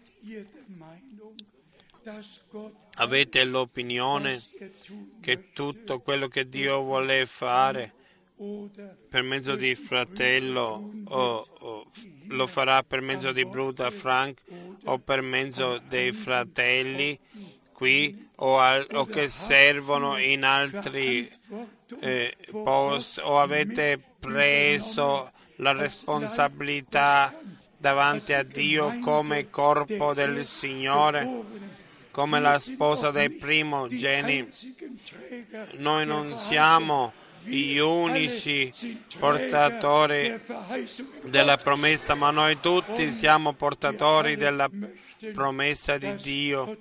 Avete l'opinione che tutto quello che Dio vuole fare per mezzo di fratello o, o lo farà per mezzo di Bruder Frank o per mezzo dei fratelli qui o, al, o che servono in altri eh, posti, o avete preso la responsabilità davanti a Dio come corpo del Signore, come la sposa del primogenito? Noi non siamo gli unici portatori della promessa, ma noi tutti siamo portatori della promessa di Dio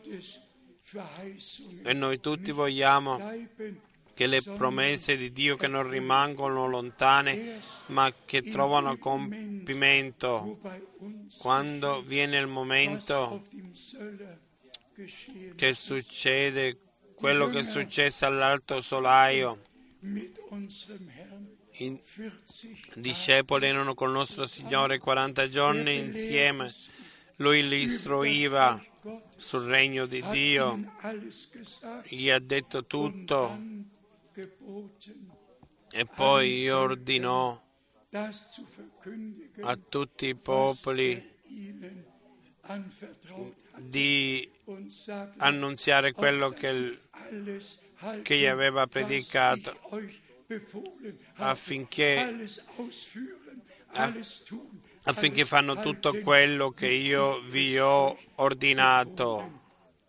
e noi tutti vogliamo che le promesse di Dio che non rimangono lontane ma che trovano compimento quando viene il momento che succede quello che è successo all'Alto Solaio. I discepoli erano con il nostro Signore quaranta giorni insieme. Lui li istruiva sul regno di Dio, gli ha detto tutto e poi gli ordinò a tutti i popoli di annunziare quello che, che gli aveva predicato affinché, affinché fanno tutto quello che io vi ho ordinato.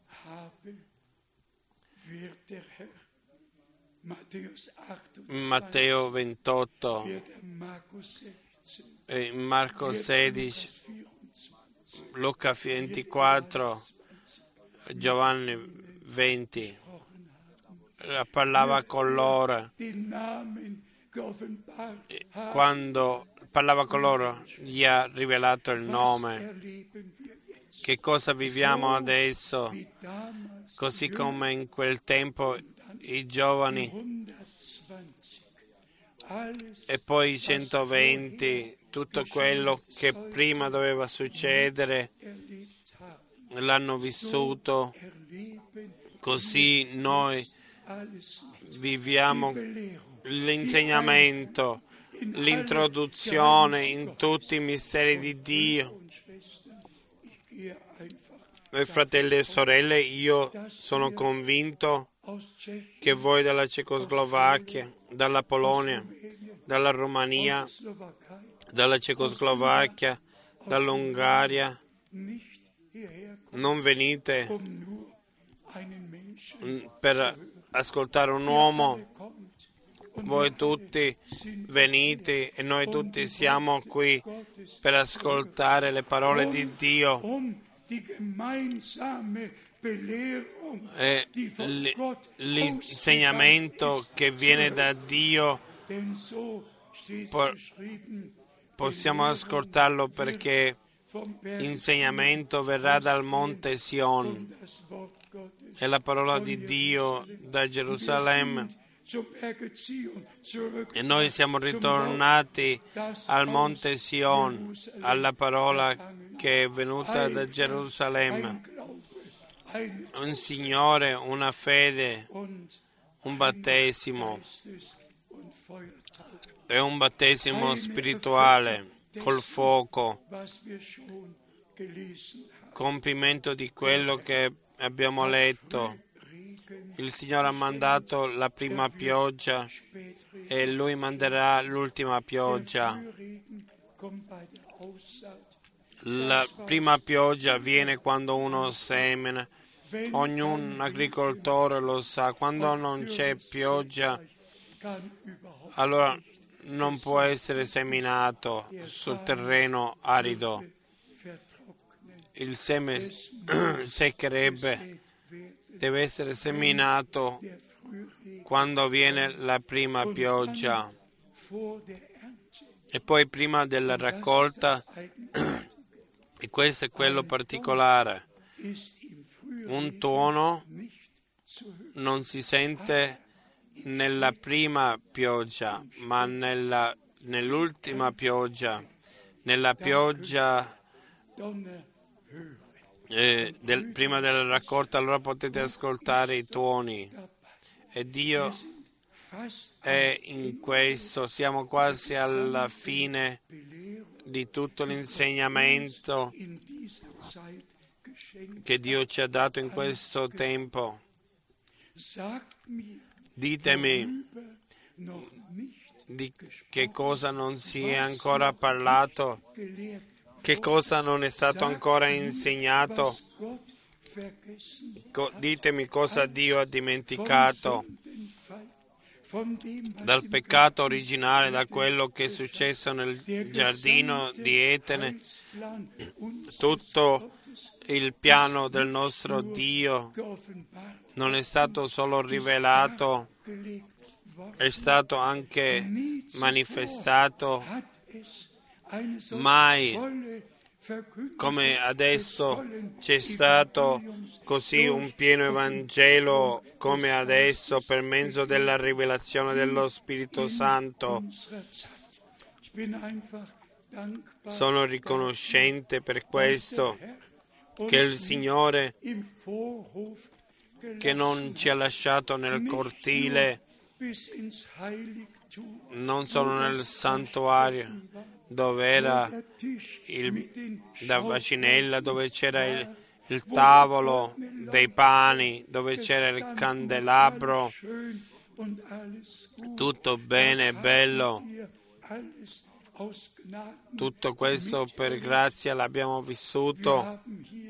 Matteo ventotto, e Marco sedici, Luca ventiquattro, Giovanni venti, parlava con loro. Quando parlava con loro gli ha rivelato il nome. Che cosa viviamo adesso? Così come in quel tempo i giovani e poi i centoventi, tutto quello che prima doveva succedere l'hanno vissuto, così noi viviamo l'insegnamento, l'introduzione in tutti i misteri di Dio. E fratelli e sorelle, io sono convinto che voi dalla Cecoslovacchia, dalla Polonia, dalla Romania, dalla Cecoslovacchia, dall'Ungaria, non venite per ascoltare un uomo, voi tutti venite e noi tutti siamo qui per ascoltare le parole di Dio e l'insegnamento che viene da Dio. Po- possiamo ascoltarlo perché l'insegnamento verrà dal monte Sion e la parola di Dio da Gerusalemme, e noi siamo ritornati al monte Sion, alla parola che è venuta da Gerusalemme, un Signore, una fede, un battesimo e un battesimo spirituale col fuoco, compimento di quello che abbiamo letto. Il Signore ha mandato la prima pioggia e Lui manderà l'ultima pioggia. La prima pioggia avviene quando uno semina. Ognuno agricoltore lo sa, quando non c'è pioggia, allora non può essere seminato sul terreno arido. Il seme seccherebbe, deve essere seminato quando viene la prima pioggia e poi prima della raccolta, e questo è quello particolare. Un tuono non si sente nella prima pioggia, ma nella, nell'ultima pioggia, nella pioggia eh, del, prima della raccolta, allora potete ascoltare i tuoni. E Dio è in questo, siamo quasi alla fine di tutto l'insegnamento che Dio ci ha dato in questo tempo. Ditemi di che cosa non si è ancora parlato, che cosa non è stato ancora insegnato. Co- ditemi cosa Dio ha dimenticato dal peccato originale, da quello che è successo nel giardino di Etene. Tutto il piano del nostro Dio non è stato solo rivelato, è stato anche manifestato. Mai come adesso c'è stato così un pieno Evangelo come adesso per mezzo della rivelazione dello Spirito Santo. Sono riconoscente per questo che il Signore, che non ci ha lasciato nel cortile, non solo nel santuario, dove era il, la bacinella, dove c'era il, il tavolo dei pani, dove c'era il candelabro, tutto bene e bello. Tutto questo per grazia l'abbiamo vissuto.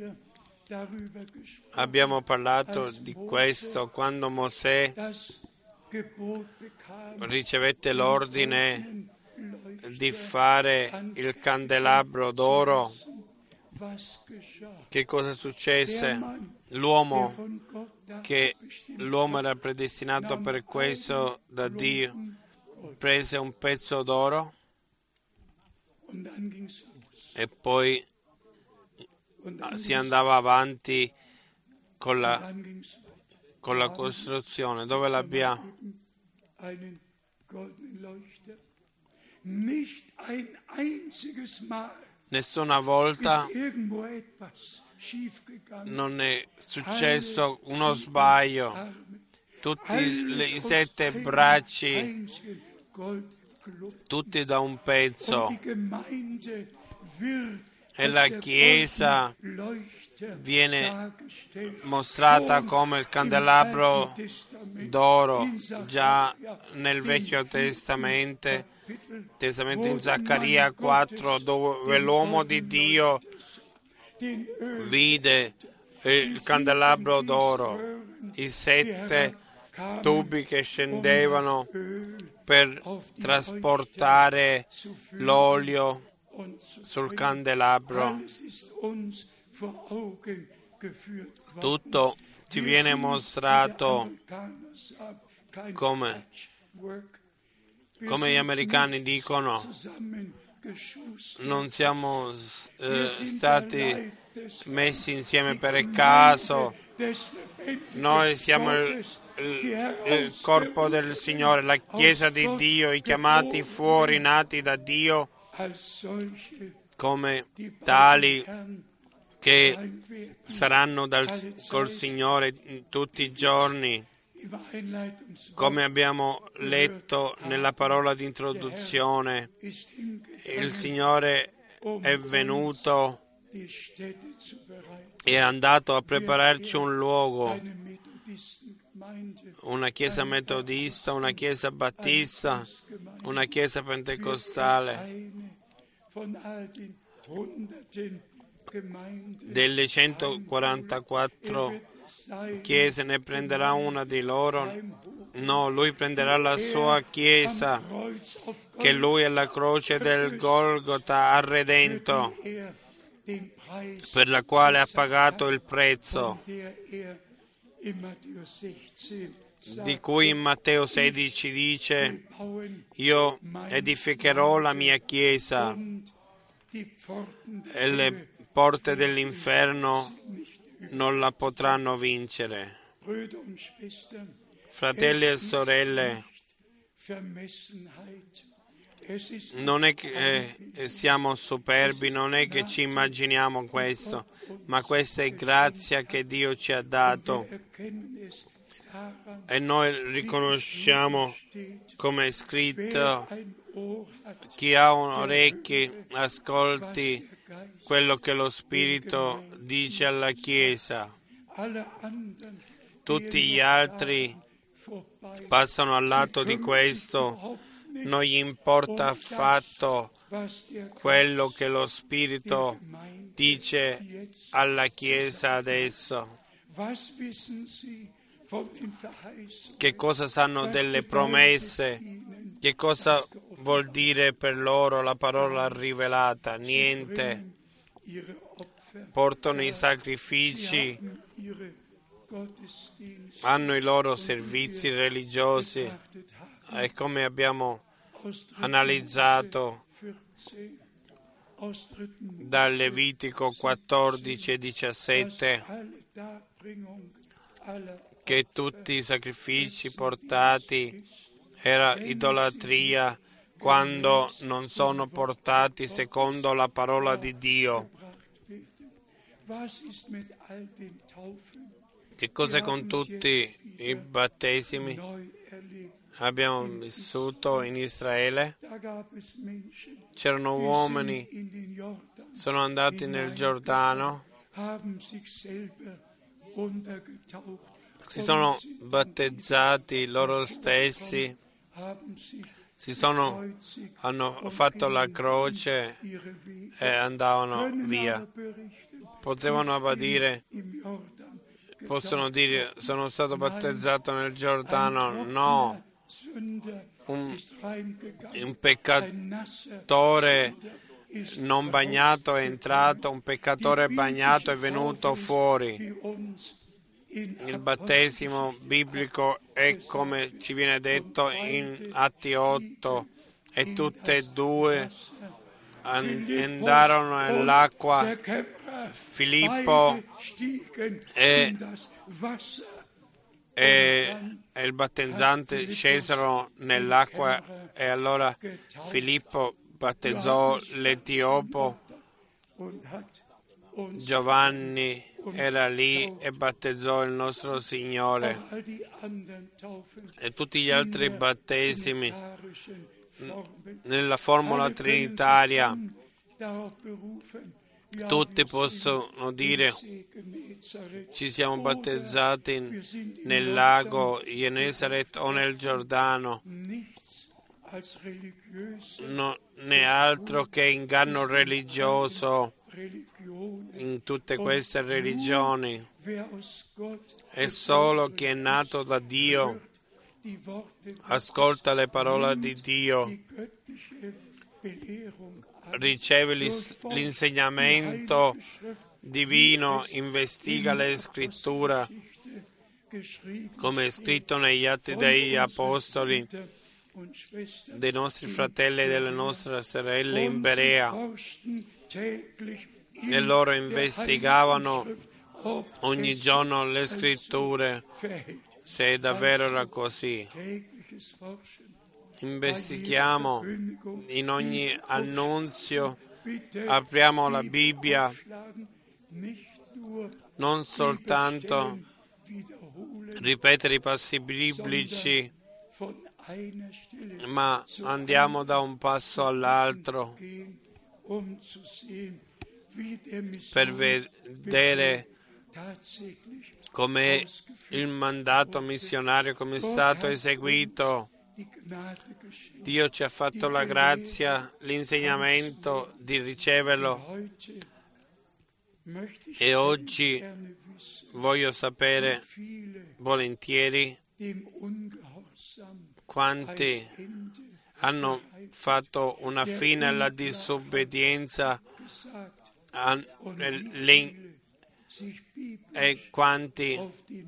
Abbiamo parlato di questo quando Mosè ricevette l'ordine di fare il candelabro d'oro. Che cosa successe? L'uomo, che l'uomo era predestinato per questo da Dio, prese un pezzo d'oro e poi si andava avanti con la, con la costruzione. Dove l'abbiamo? Nessuna volta non è successo uno sbaglio. Tutti i sette bracci, tutti da un pezzo. E la Chiesa viene mostrata come il candelabro d'oro già nel Vecchio Testamento, Testamento in Zaccaria quattro, dove l'uomo di Dio vide il candelabro d'oro, i sette tubi che scendevano per trasportare l'olio sul candelabro. Tutto ci viene mostrato come, come gli americani dicono, non siamo eh, stati messi insieme per caso, noi siamo il, il, il corpo del Signore, la Chiesa di Dio, i chiamati fuori, nati da Dio, come tali che saranno dal, col Signore tutti i giorni, come abbiamo letto nella parola di introduzione. Il Signore è venuto e è andato a prepararci un luogo, una chiesa metodista, una chiesa battista, una chiesa pentecostale. Delle centoquarantaquattro chiese ne prenderà una di loro? No, lui prenderà la sua chiesa che lui alla croce del Golgota ha redento, per la quale ha pagato il prezzo, di cui in Matteo sedici dice: io edificherò la mia chiesa e le porte dell'inferno non la potranno vincere. Fratelli e sorelle, non è che eh, siamo superbi, non è che ci immaginiamo questo, ma questa è grazia che Dio ci ha dato. E noi riconosciamo, come è scritto, chi ha un orecchio ascolti quello che lo Spirito dice alla Chiesa. Tutti gli altri passano al lato di questo, non gli importa affatto quello che lo Spirito dice alla Chiesa adesso. Che cosa sanno delle promesse? Che cosa vuol dire per loro la parola rivelata? Niente. Portano i sacrifici, hanno i loro servizi religiosi, e come abbiamo analizzato dal Levitico quattordici e diciassette, che tutti i sacrifici portati era idolatria quando non sono portati secondo la parola di Dio. Che cosa con tutti i battesimi? Abbiamo vissuto in Israele, c'erano uomini, sono andati nel Giordano, si sono battezzati loro stessi, si sono, hanno fatto la croce e andavano via. Potevano dire, possono dire, sono stato battezzato nel Giordano? No. Un, un peccatore non bagnato è entrato, un peccatore bagnato è venuto fuori. Il battesimo biblico è come ci viene detto in Atti otto, e tutte e due andarono nell'acqua. Filippo e, e, e il battezzante scesero nell'acqua, e allora Filippo battezzò l'Etiopo, Giovanni era lì e battezzò il nostro Signore, e tutti gli altri battesimi nella formula trinitaria. Tutti possono dire ci siamo battezzati nel lago Genesaret o nel Giordano. Non è altro che inganno religioso in tutte queste religioni. È solo chi è nato da Dio ascolta le parole di Dio, riceve l'insegnamento divino, investiga le scritture, come è scritto negli Atti degli Apostoli, dei nostri fratelli e delle nostre sorelle in Berea, e loro investigavano ogni giorno le scritture, se davvero era così. Investighiamo in ogni annunzio, apriamo la Bibbia, non soltanto ripetere i passi biblici, ma andiamo da un passo all'altro per vedere come il mandato missionario come è stato eseguito. Dio ci ha fatto la grazia, l'insegnamento di riceverlo e oggi voglio sapere volentieri quanti hanno fatto una fine alla disobbedienza e quanti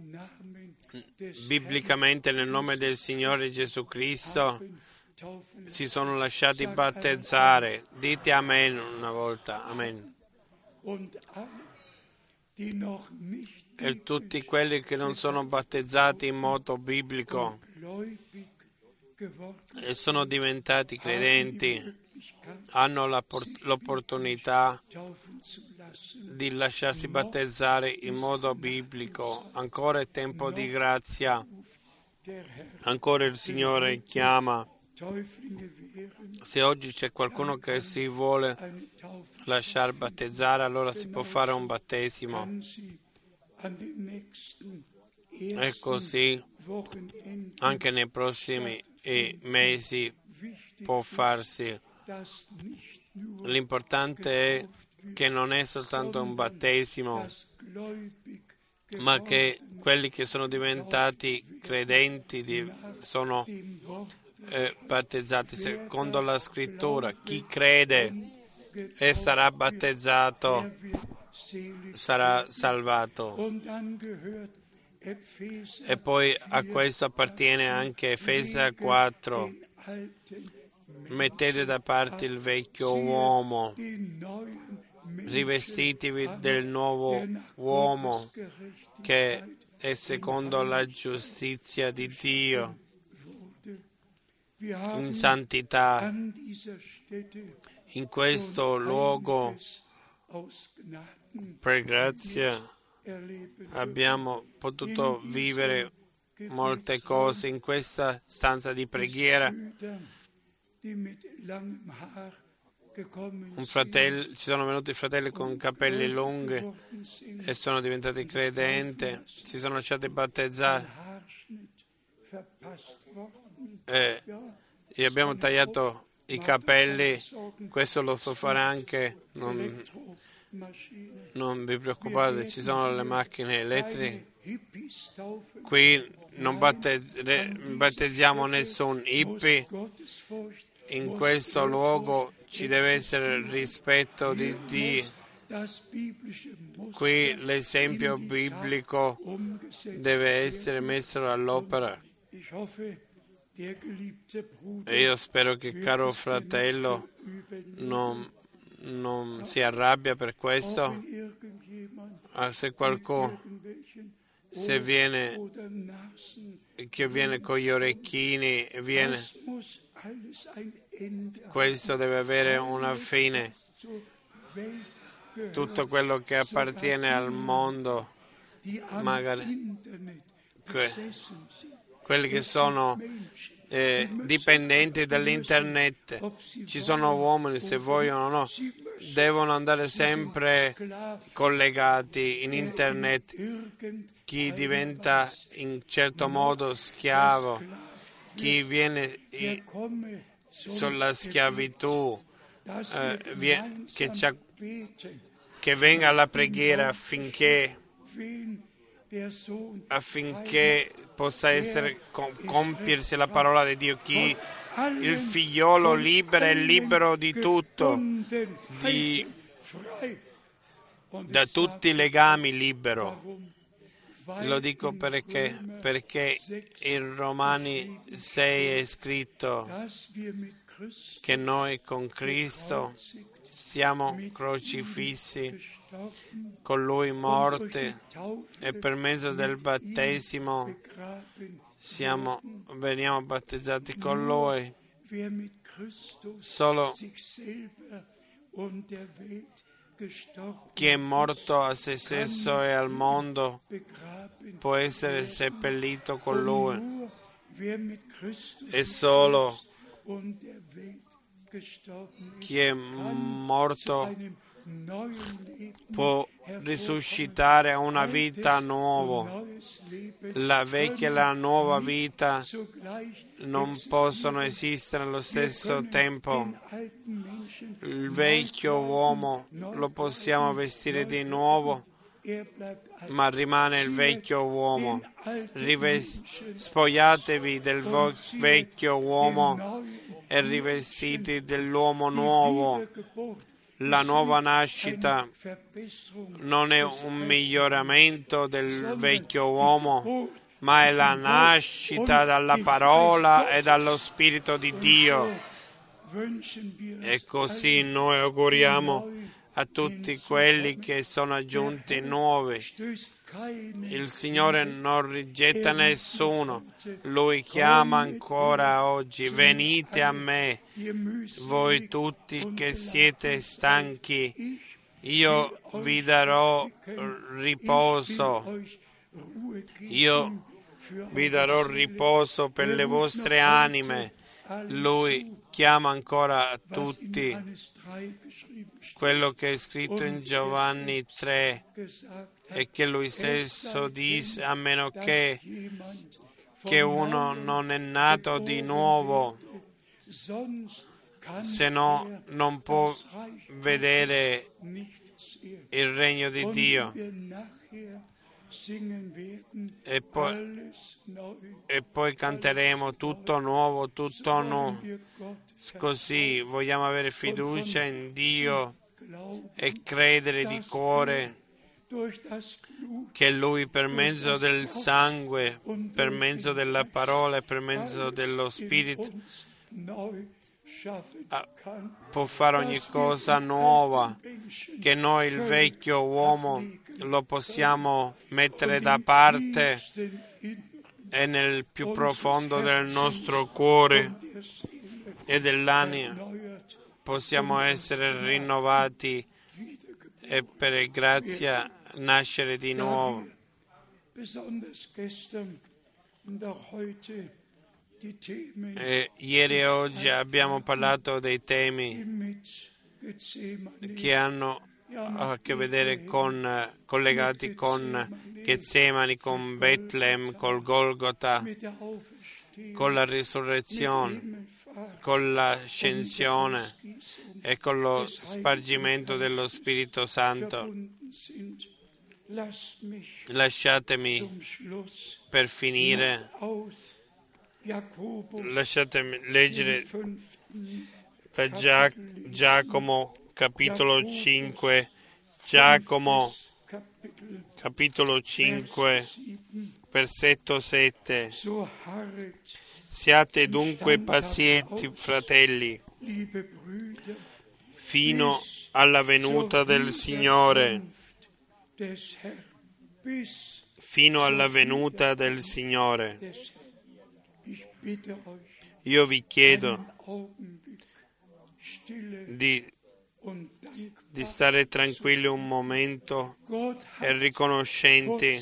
biblicamente nel nome del Signore Gesù Cristo si sono lasciati battezzare. Dite amen una volta, amen. E tutti quelli che non sono battezzati in modo biblico e sono diventati credenti hanno l'opportunità di lasciarsi battezzare in modo biblico. Ancora è tempo di grazia, ancora il Signore chiama. Se oggi c'è qualcuno che si vuole lasciare battezzare, allora si può fare un battesimo. E così anche nei prossimi mesi può farsi. L'importante è che non è soltanto un battesimo, ma che quelli che sono diventati credenti di, sono eh, battezzati secondo la scrittura. Chi crede e sarà battezzato sarà salvato. E poi a questo appartiene anche Efesi quattro. Mettete da parte il vecchio uomo, rivestitevi del nuovo uomo che è secondo la giustizia di Dio, in santità. In questo luogo, per grazia, abbiamo potuto vivere molte cose in questa stanza di preghiera. Un fratello, ci sono venuti fratelli con capelli lunghi e sono diventati credenti, si sono lasciati battezzare e gli abbiamo tagliato i capelli. Questo lo so fare anche, non, non vi preoccupate, ci sono le macchine elettriche. Qui non battezziamo nessun hippie. In questo luogo ci deve essere il rispetto di Dio. Qui l'esempio biblico deve essere messo all'opera. E io spero che il caro fratello non, non si arrabbia per questo. Ah, se qualcuno se viene che viene con gli orecchini viene, questo deve avere una fine. Tutto quello che appartiene al mondo, magari que, quelli che sono eh, dipendenti dall'internet, ci sono uomini, se vogliono o no, devono andare sempre collegati in internet. Chi diventa in certo modo schiavo, chi viene sulla schiavitù, eh, vie, che, che venga alla preghiera affinché, affinché possa essere compiersi la parola di Dio. Chi il figliolo libero è libero di tutto, di, da tutti i legami libero. Lo dico perché, perché in Romani sei è scritto che noi con Cristo siamo crocifissi, con Lui morti, e per mezzo del battesimo siamo, veniamo battezzati con Lui. Solo chi è morto a se stesso e al mondo può essere seppellito con Lui, e solo chi è morto può risuscitare una vita nuova. La vecchia e la nuova vita non possono esistere allo stesso tempo. Il vecchio uomo lo possiamo vestire di nuovo, ma rimane il vecchio uomo. Rives- spogliatevi del vo- vecchio uomo e rivestiti dell'uomo nuovo. La nuova nascita non è un miglioramento del vecchio uomo, ma è la nascita dalla parola e dallo Spirito di Dio. E così noi auguriamo a tutti quelli che sono aggiunti nuovi. Il Signore non rigetta nessuno. Lui chiama ancora oggi: venite a me, voi tutti che siete stanchi, io vi darò riposo. Io vi darò riposo per le vostre anime. Lui chiama ancora a tutti. Quello che è scritto in Giovanni tre e che lui stesso dice: a meno che, che uno non è nato di nuovo, se no non può vedere il regno di Dio. E poi, e poi canteremo tutto nuovo, tutto nuovo. Così vogliamo avere fiducia in Dio e credere di cuore che Lui, per mezzo del sangue, per mezzo della parola e per mezzo dello Spirito, può fare ogni cosa nuova, che noi il vecchio uomo lo possiamo mettere da parte e nel più profondo del nostro cuore e dell'anima possiamo essere rinnovati e per grazia nascere di nuovo. E ieri e oggi abbiamo parlato dei temi che hanno a che vedere con, collegati con Getsemani, con Betlemme, col Golgota, con la risurrezione, con l'ascensione e con lo spargimento dello Spirito Santo. Lasciatemi per finire, lasciatemi leggere da Gia- Giacomo capitolo cinque, Giacomo capitolo cinque, versetto sette. Siate dunque pazienti, fratelli, fino alla venuta del Signore, fino alla venuta del Signore. Io vi chiedo di, di stare tranquilli un momento e riconoscenti.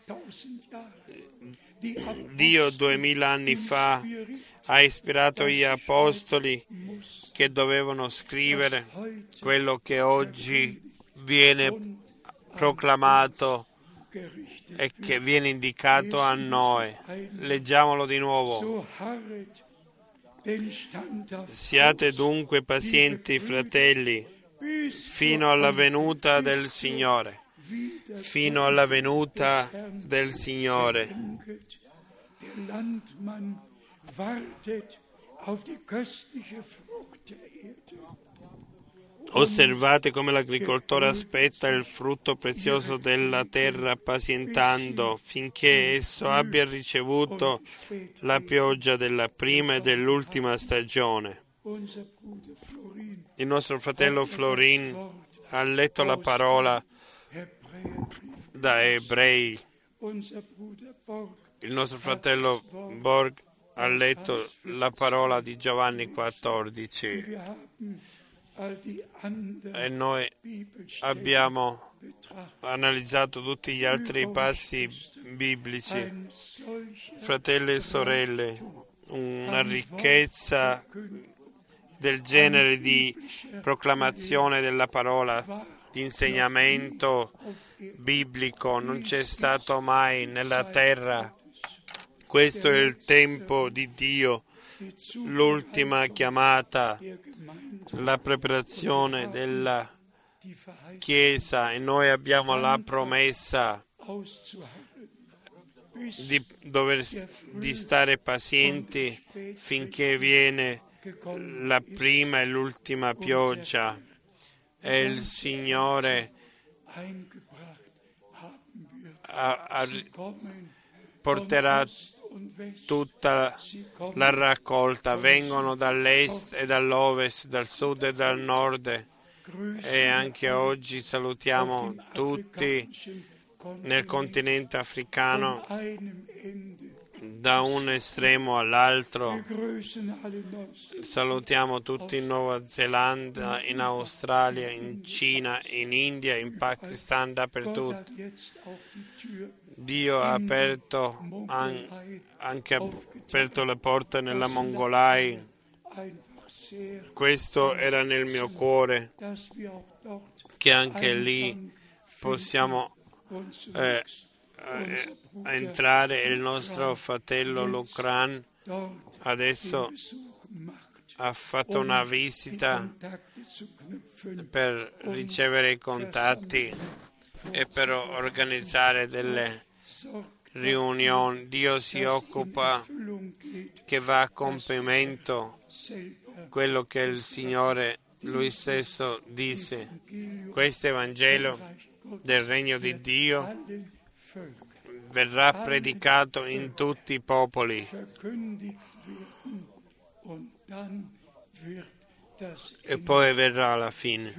Dio duemila anni fa ha ispirato gli apostoli che dovevano scrivere quello che oggi viene proclamato e che viene indicato a noi. Leggiamolo di nuovo. Siate dunque pazienti, fratelli, fino alla venuta del Signore. Fino alla venuta del Signore. Osservate come l'agricoltore aspetta il frutto prezioso della terra pazientando finché esso abbia ricevuto la pioggia della prima e dell'ultima stagione. Il nostro fratello Florin ha letto la parola da Ebrei. Il nostro fratello Borg ha letto la parola di Giovanni quattordici. E noi abbiamo analizzato tutti gli altri passi biblici. Fratelli e sorelle, una ricchezza del genere di proclamazione della parola di insegnamento biblico non c'è stato mai nella terra. Questo è il tempo di Dio, l'ultima chiamata, la preparazione della Chiesa, e noi abbiamo la promessa di dover di stare pazienti finché viene la prima e l'ultima pioggia, e il Signore a, a, porterà tutta la raccolta. Vengono dall'est e dall'ovest, dal sud e dal nord, e anche oggi salutiamo tutti nel continente africano, da un estremo all'altro. Salutiamo tutti in Nuova Zelanda, in Australia, in Cina, in India, in Pakistan, dappertutto. Dio ha aperto an- anche aperto le porte nella Mongolai. Questo era nel mio cuore, che anche lì possiamo eh, eh, entrare. Il nostro fratello Lucran adesso ha fatto una visita per ricevere i contatti e per organizzare delle riunioni. Dio si occupa che va a compimento quello che il Signore Lui stesso disse. Questo Evangelo del Regno di Dio verrà predicato in tutti i popoli, e poi verrà la fine.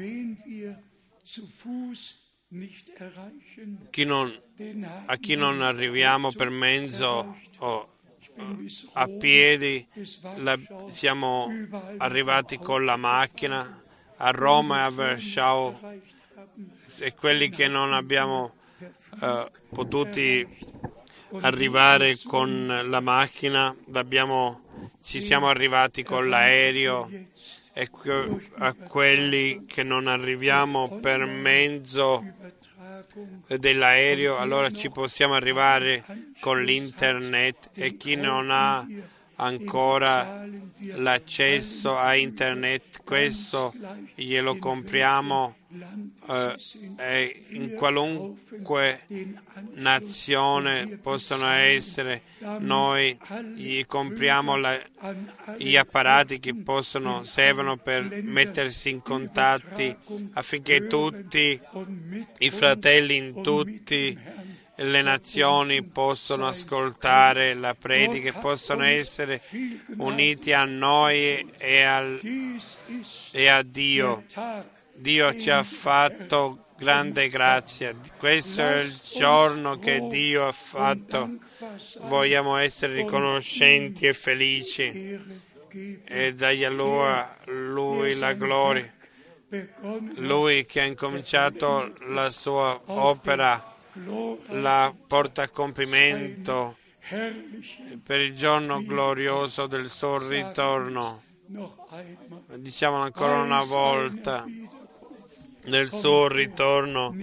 Chi non, a chi non arriviamo per mezzo o a piedi, la, siamo arrivati con la macchina a Roma e a Warsaw, e quelli che non abbiamo uh, potuti arrivare con la macchina, ci siamo arrivati con l'aereo, e a quelli che non arriviamo per mezzo dell'aereo, allora ci possiamo arrivare con l'internet, e chi non ha ancora l'accesso a internet, questo glielo compriamo eh, e in qualunque nazione possono essere, noi gli compriamo la, gli apparati che possono servono per mettersi in contatti, affinché tutti i fratelli in tutti le nazioni possono ascoltare la predica e possono essere uniti a noi e, al, e a Dio. Dio ci ha fatto grande grazia. Questo è il giorno che Dio ha fatto. Vogliamo essere riconoscenti e felici e dargli a Lui, lui la gloria. Lui che ha incominciato la sua opera la porta a compimento per il giorno glorioso del suo ritorno. Diciamo ancora una volta, nel suo ritorno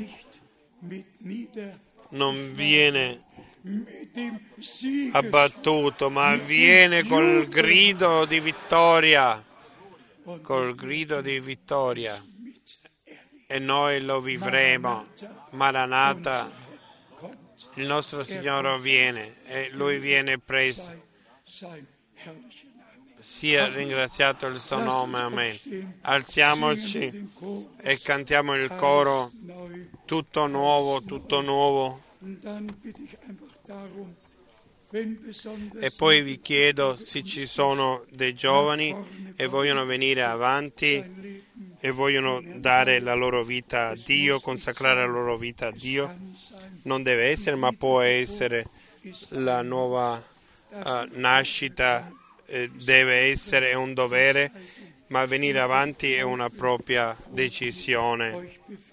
non viene abbattuto, ma viene col grido di vittoria, col grido di vittoria, e noi lo vivremo. Maranatha, il nostro Signore viene e Lui viene presto. Sia ringraziato il suo nome, amen. Alziamoci e cantiamo il coro: tutto nuovo, tutto nuovo. E poi vi chiedo se ci sono dei giovani e vogliono venire avanti e vogliono dare la loro vita a Dio, consacrare la loro vita a Dio. Non deve essere, ma può essere la nuova uh, nascita, eh, deve essere, è un dovere, ma venire avanti è una propria decisione.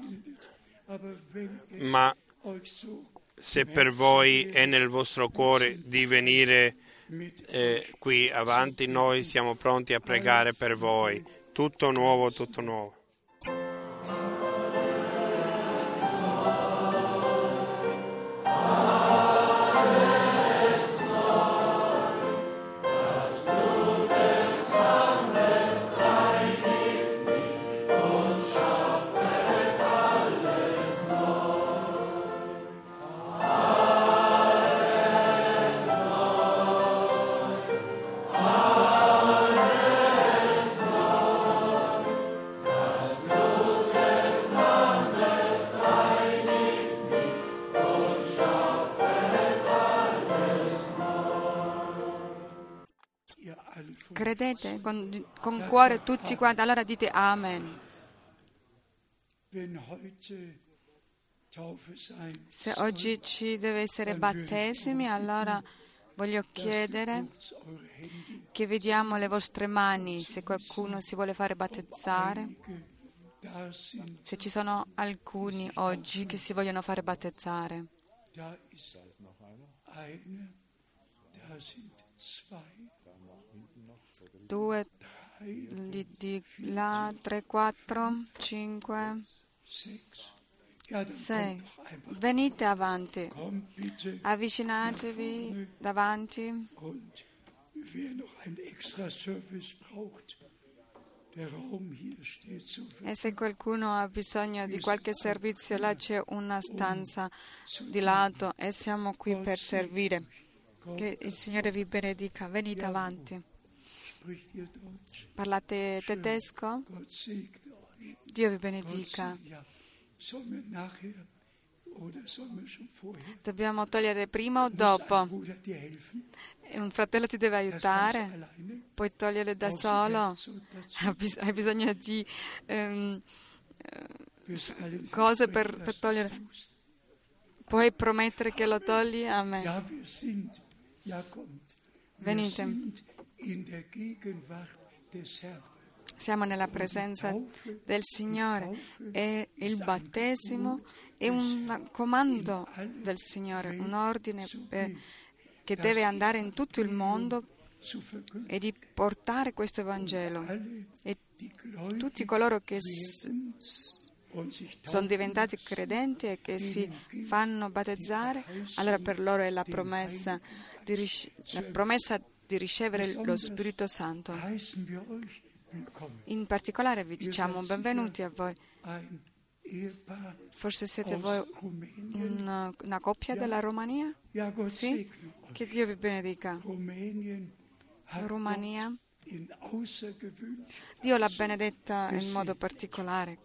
Ma se per voi è nel vostro cuore di venire eh, qui avanti, noi siamo pronti a pregare per voi. Tutto nuovo, tutto nuovo. Credete con, con cuore tutti quanti, allora dite Amen. Se oggi ci deve essere battesimi, allora voglio chiedere che vediamo le vostre mani, se qualcuno si vuole fare battezzare, se ci sono alcuni oggi che si vogliono fare battezzare. Due, di, di là, tre, quattro, cinque, sei. Venite avanti, avvicinatevi davanti. E se qualcuno ha bisogno di qualche servizio, là c'è una stanza di lato e siamo qui per servire. Che il Signore vi benedica. Venite avanti. Parlate tedesco? Dio vi benedica. Dobbiamo togliere prima o dopo? Un fratello ti deve aiutare? Puoi togliere da solo? Hai bisogno di um, cose per, per togliere? Puoi promettere che lo togli? Amen. Venite. Siamo nella presenza del Signore e il battesimo è un comando del Signore, un ordine per, che deve andare in tutto il mondo e di portare questo Evangelo. E tutti coloro che s- s- sono diventati credenti e che si fanno battezzare, allora per loro è la promessa di, ric- la promessa di ricevere lo Spirito Santo. In particolare vi diciamo benvenuti a voi. Forse siete voi una, una coppia della Romania? Sì? Che Dio vi benedica. Romania. Dio l'ha benedetta in modo particolare.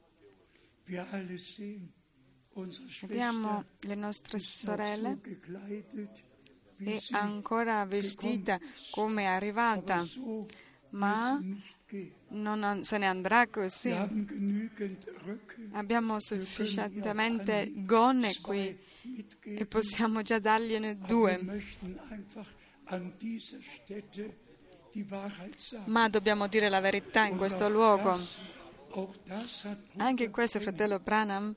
Vediamo le nostre sorelle è ancora vestita come è arrivata, ma non se ne andrà così. Abbiamo sufficientemente gonne qui e possiamo già dargliene due. Ma dobbiamo dire la verità in questo luogo. Anche questo, fratello Branham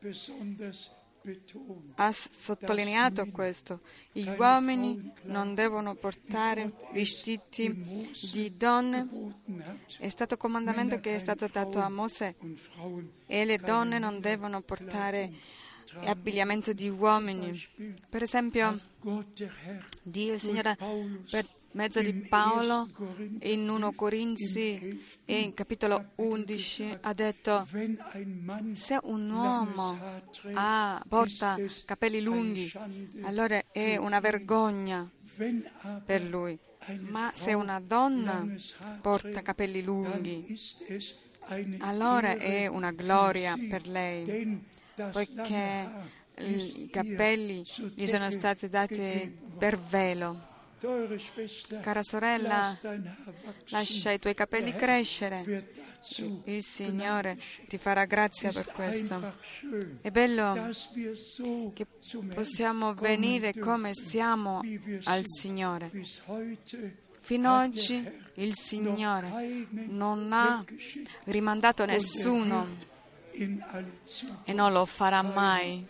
ha sottolineato questo. Gli uomini non devono portare vestiti di donne. È stato comandamento che è stato dato a Mosè. E le donne non devono portare abbigliamento di uomini. Per esempio, Dio, il Signore, per mezzo di Paolo, in primo Corinzi, in capitolo undici, ha detto: se un uomo ha, porta capelli lunghi, allora è una vergogna per lui. Ma se una donna porta capelli lunghi, allora è una gloria per lei, poiché i capelli gli sono stati dati per velo. Cara sorella, lascia i tuoi capelli crescere. Il Signore ti farà grazia per questo. È bello che possiamo venire come siamo al Signore. Fino ad oggi il Signore non ha rimandato nessuno e non lo farà mai.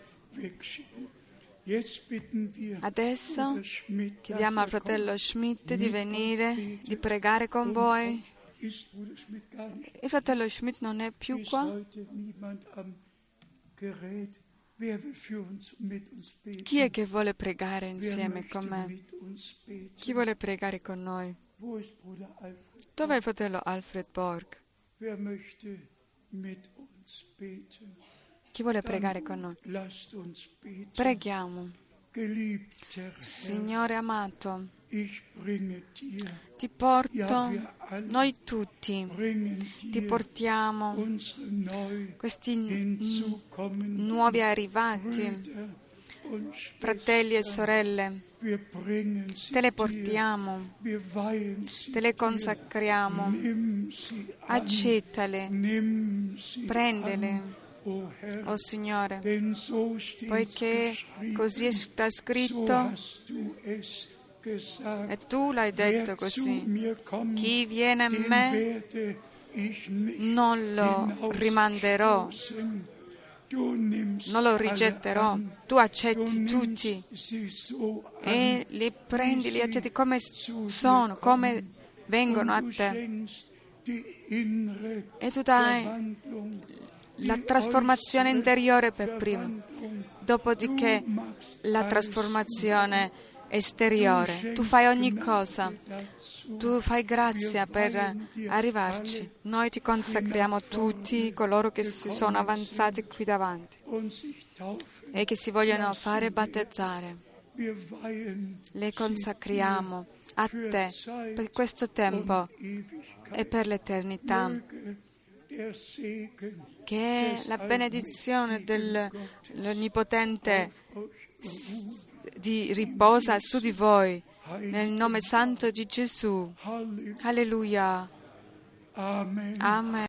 Adesso chiediamo al fratello Schmidt di venire, di pregare con voi. Il fratello Schmidt non è più qua. Chi è che vuole pregare insieme con me? Chi vuole pregare con noi? Dov'è il fratello Alfred Borg? Chi vuole pregare con noi? Preghiamo. Signore amato, ti porto, noi tutti ti portiamo questi n- nuovi arrivati, fratelli e sorelle, te le portiamo, te le consacriamo, accettale, prendele, oh Signore, poiché così sta scritto e tu l'hai detto così: chi viene a me non lo rimanderò, non lo rigetterò. Tu accetti tutti e li prendi, li accetti come sono, come vengono a te, e tu dai la trasformazione interiore per primo, dopodiché la trasformazione esteriore. Tu fai ogni cosa, tu fai grazia per arrivarci. Noi ti consacriamo tutti coloro che si sono avanzati qui davanti e che si vogliono fare battezzare. Le consacriamo a te per questo tempo e per l'eternità. Che la benedizione dell'Onnipotente di riposa su di voi, nel nome santo di Gesù. Alleluia. Amen.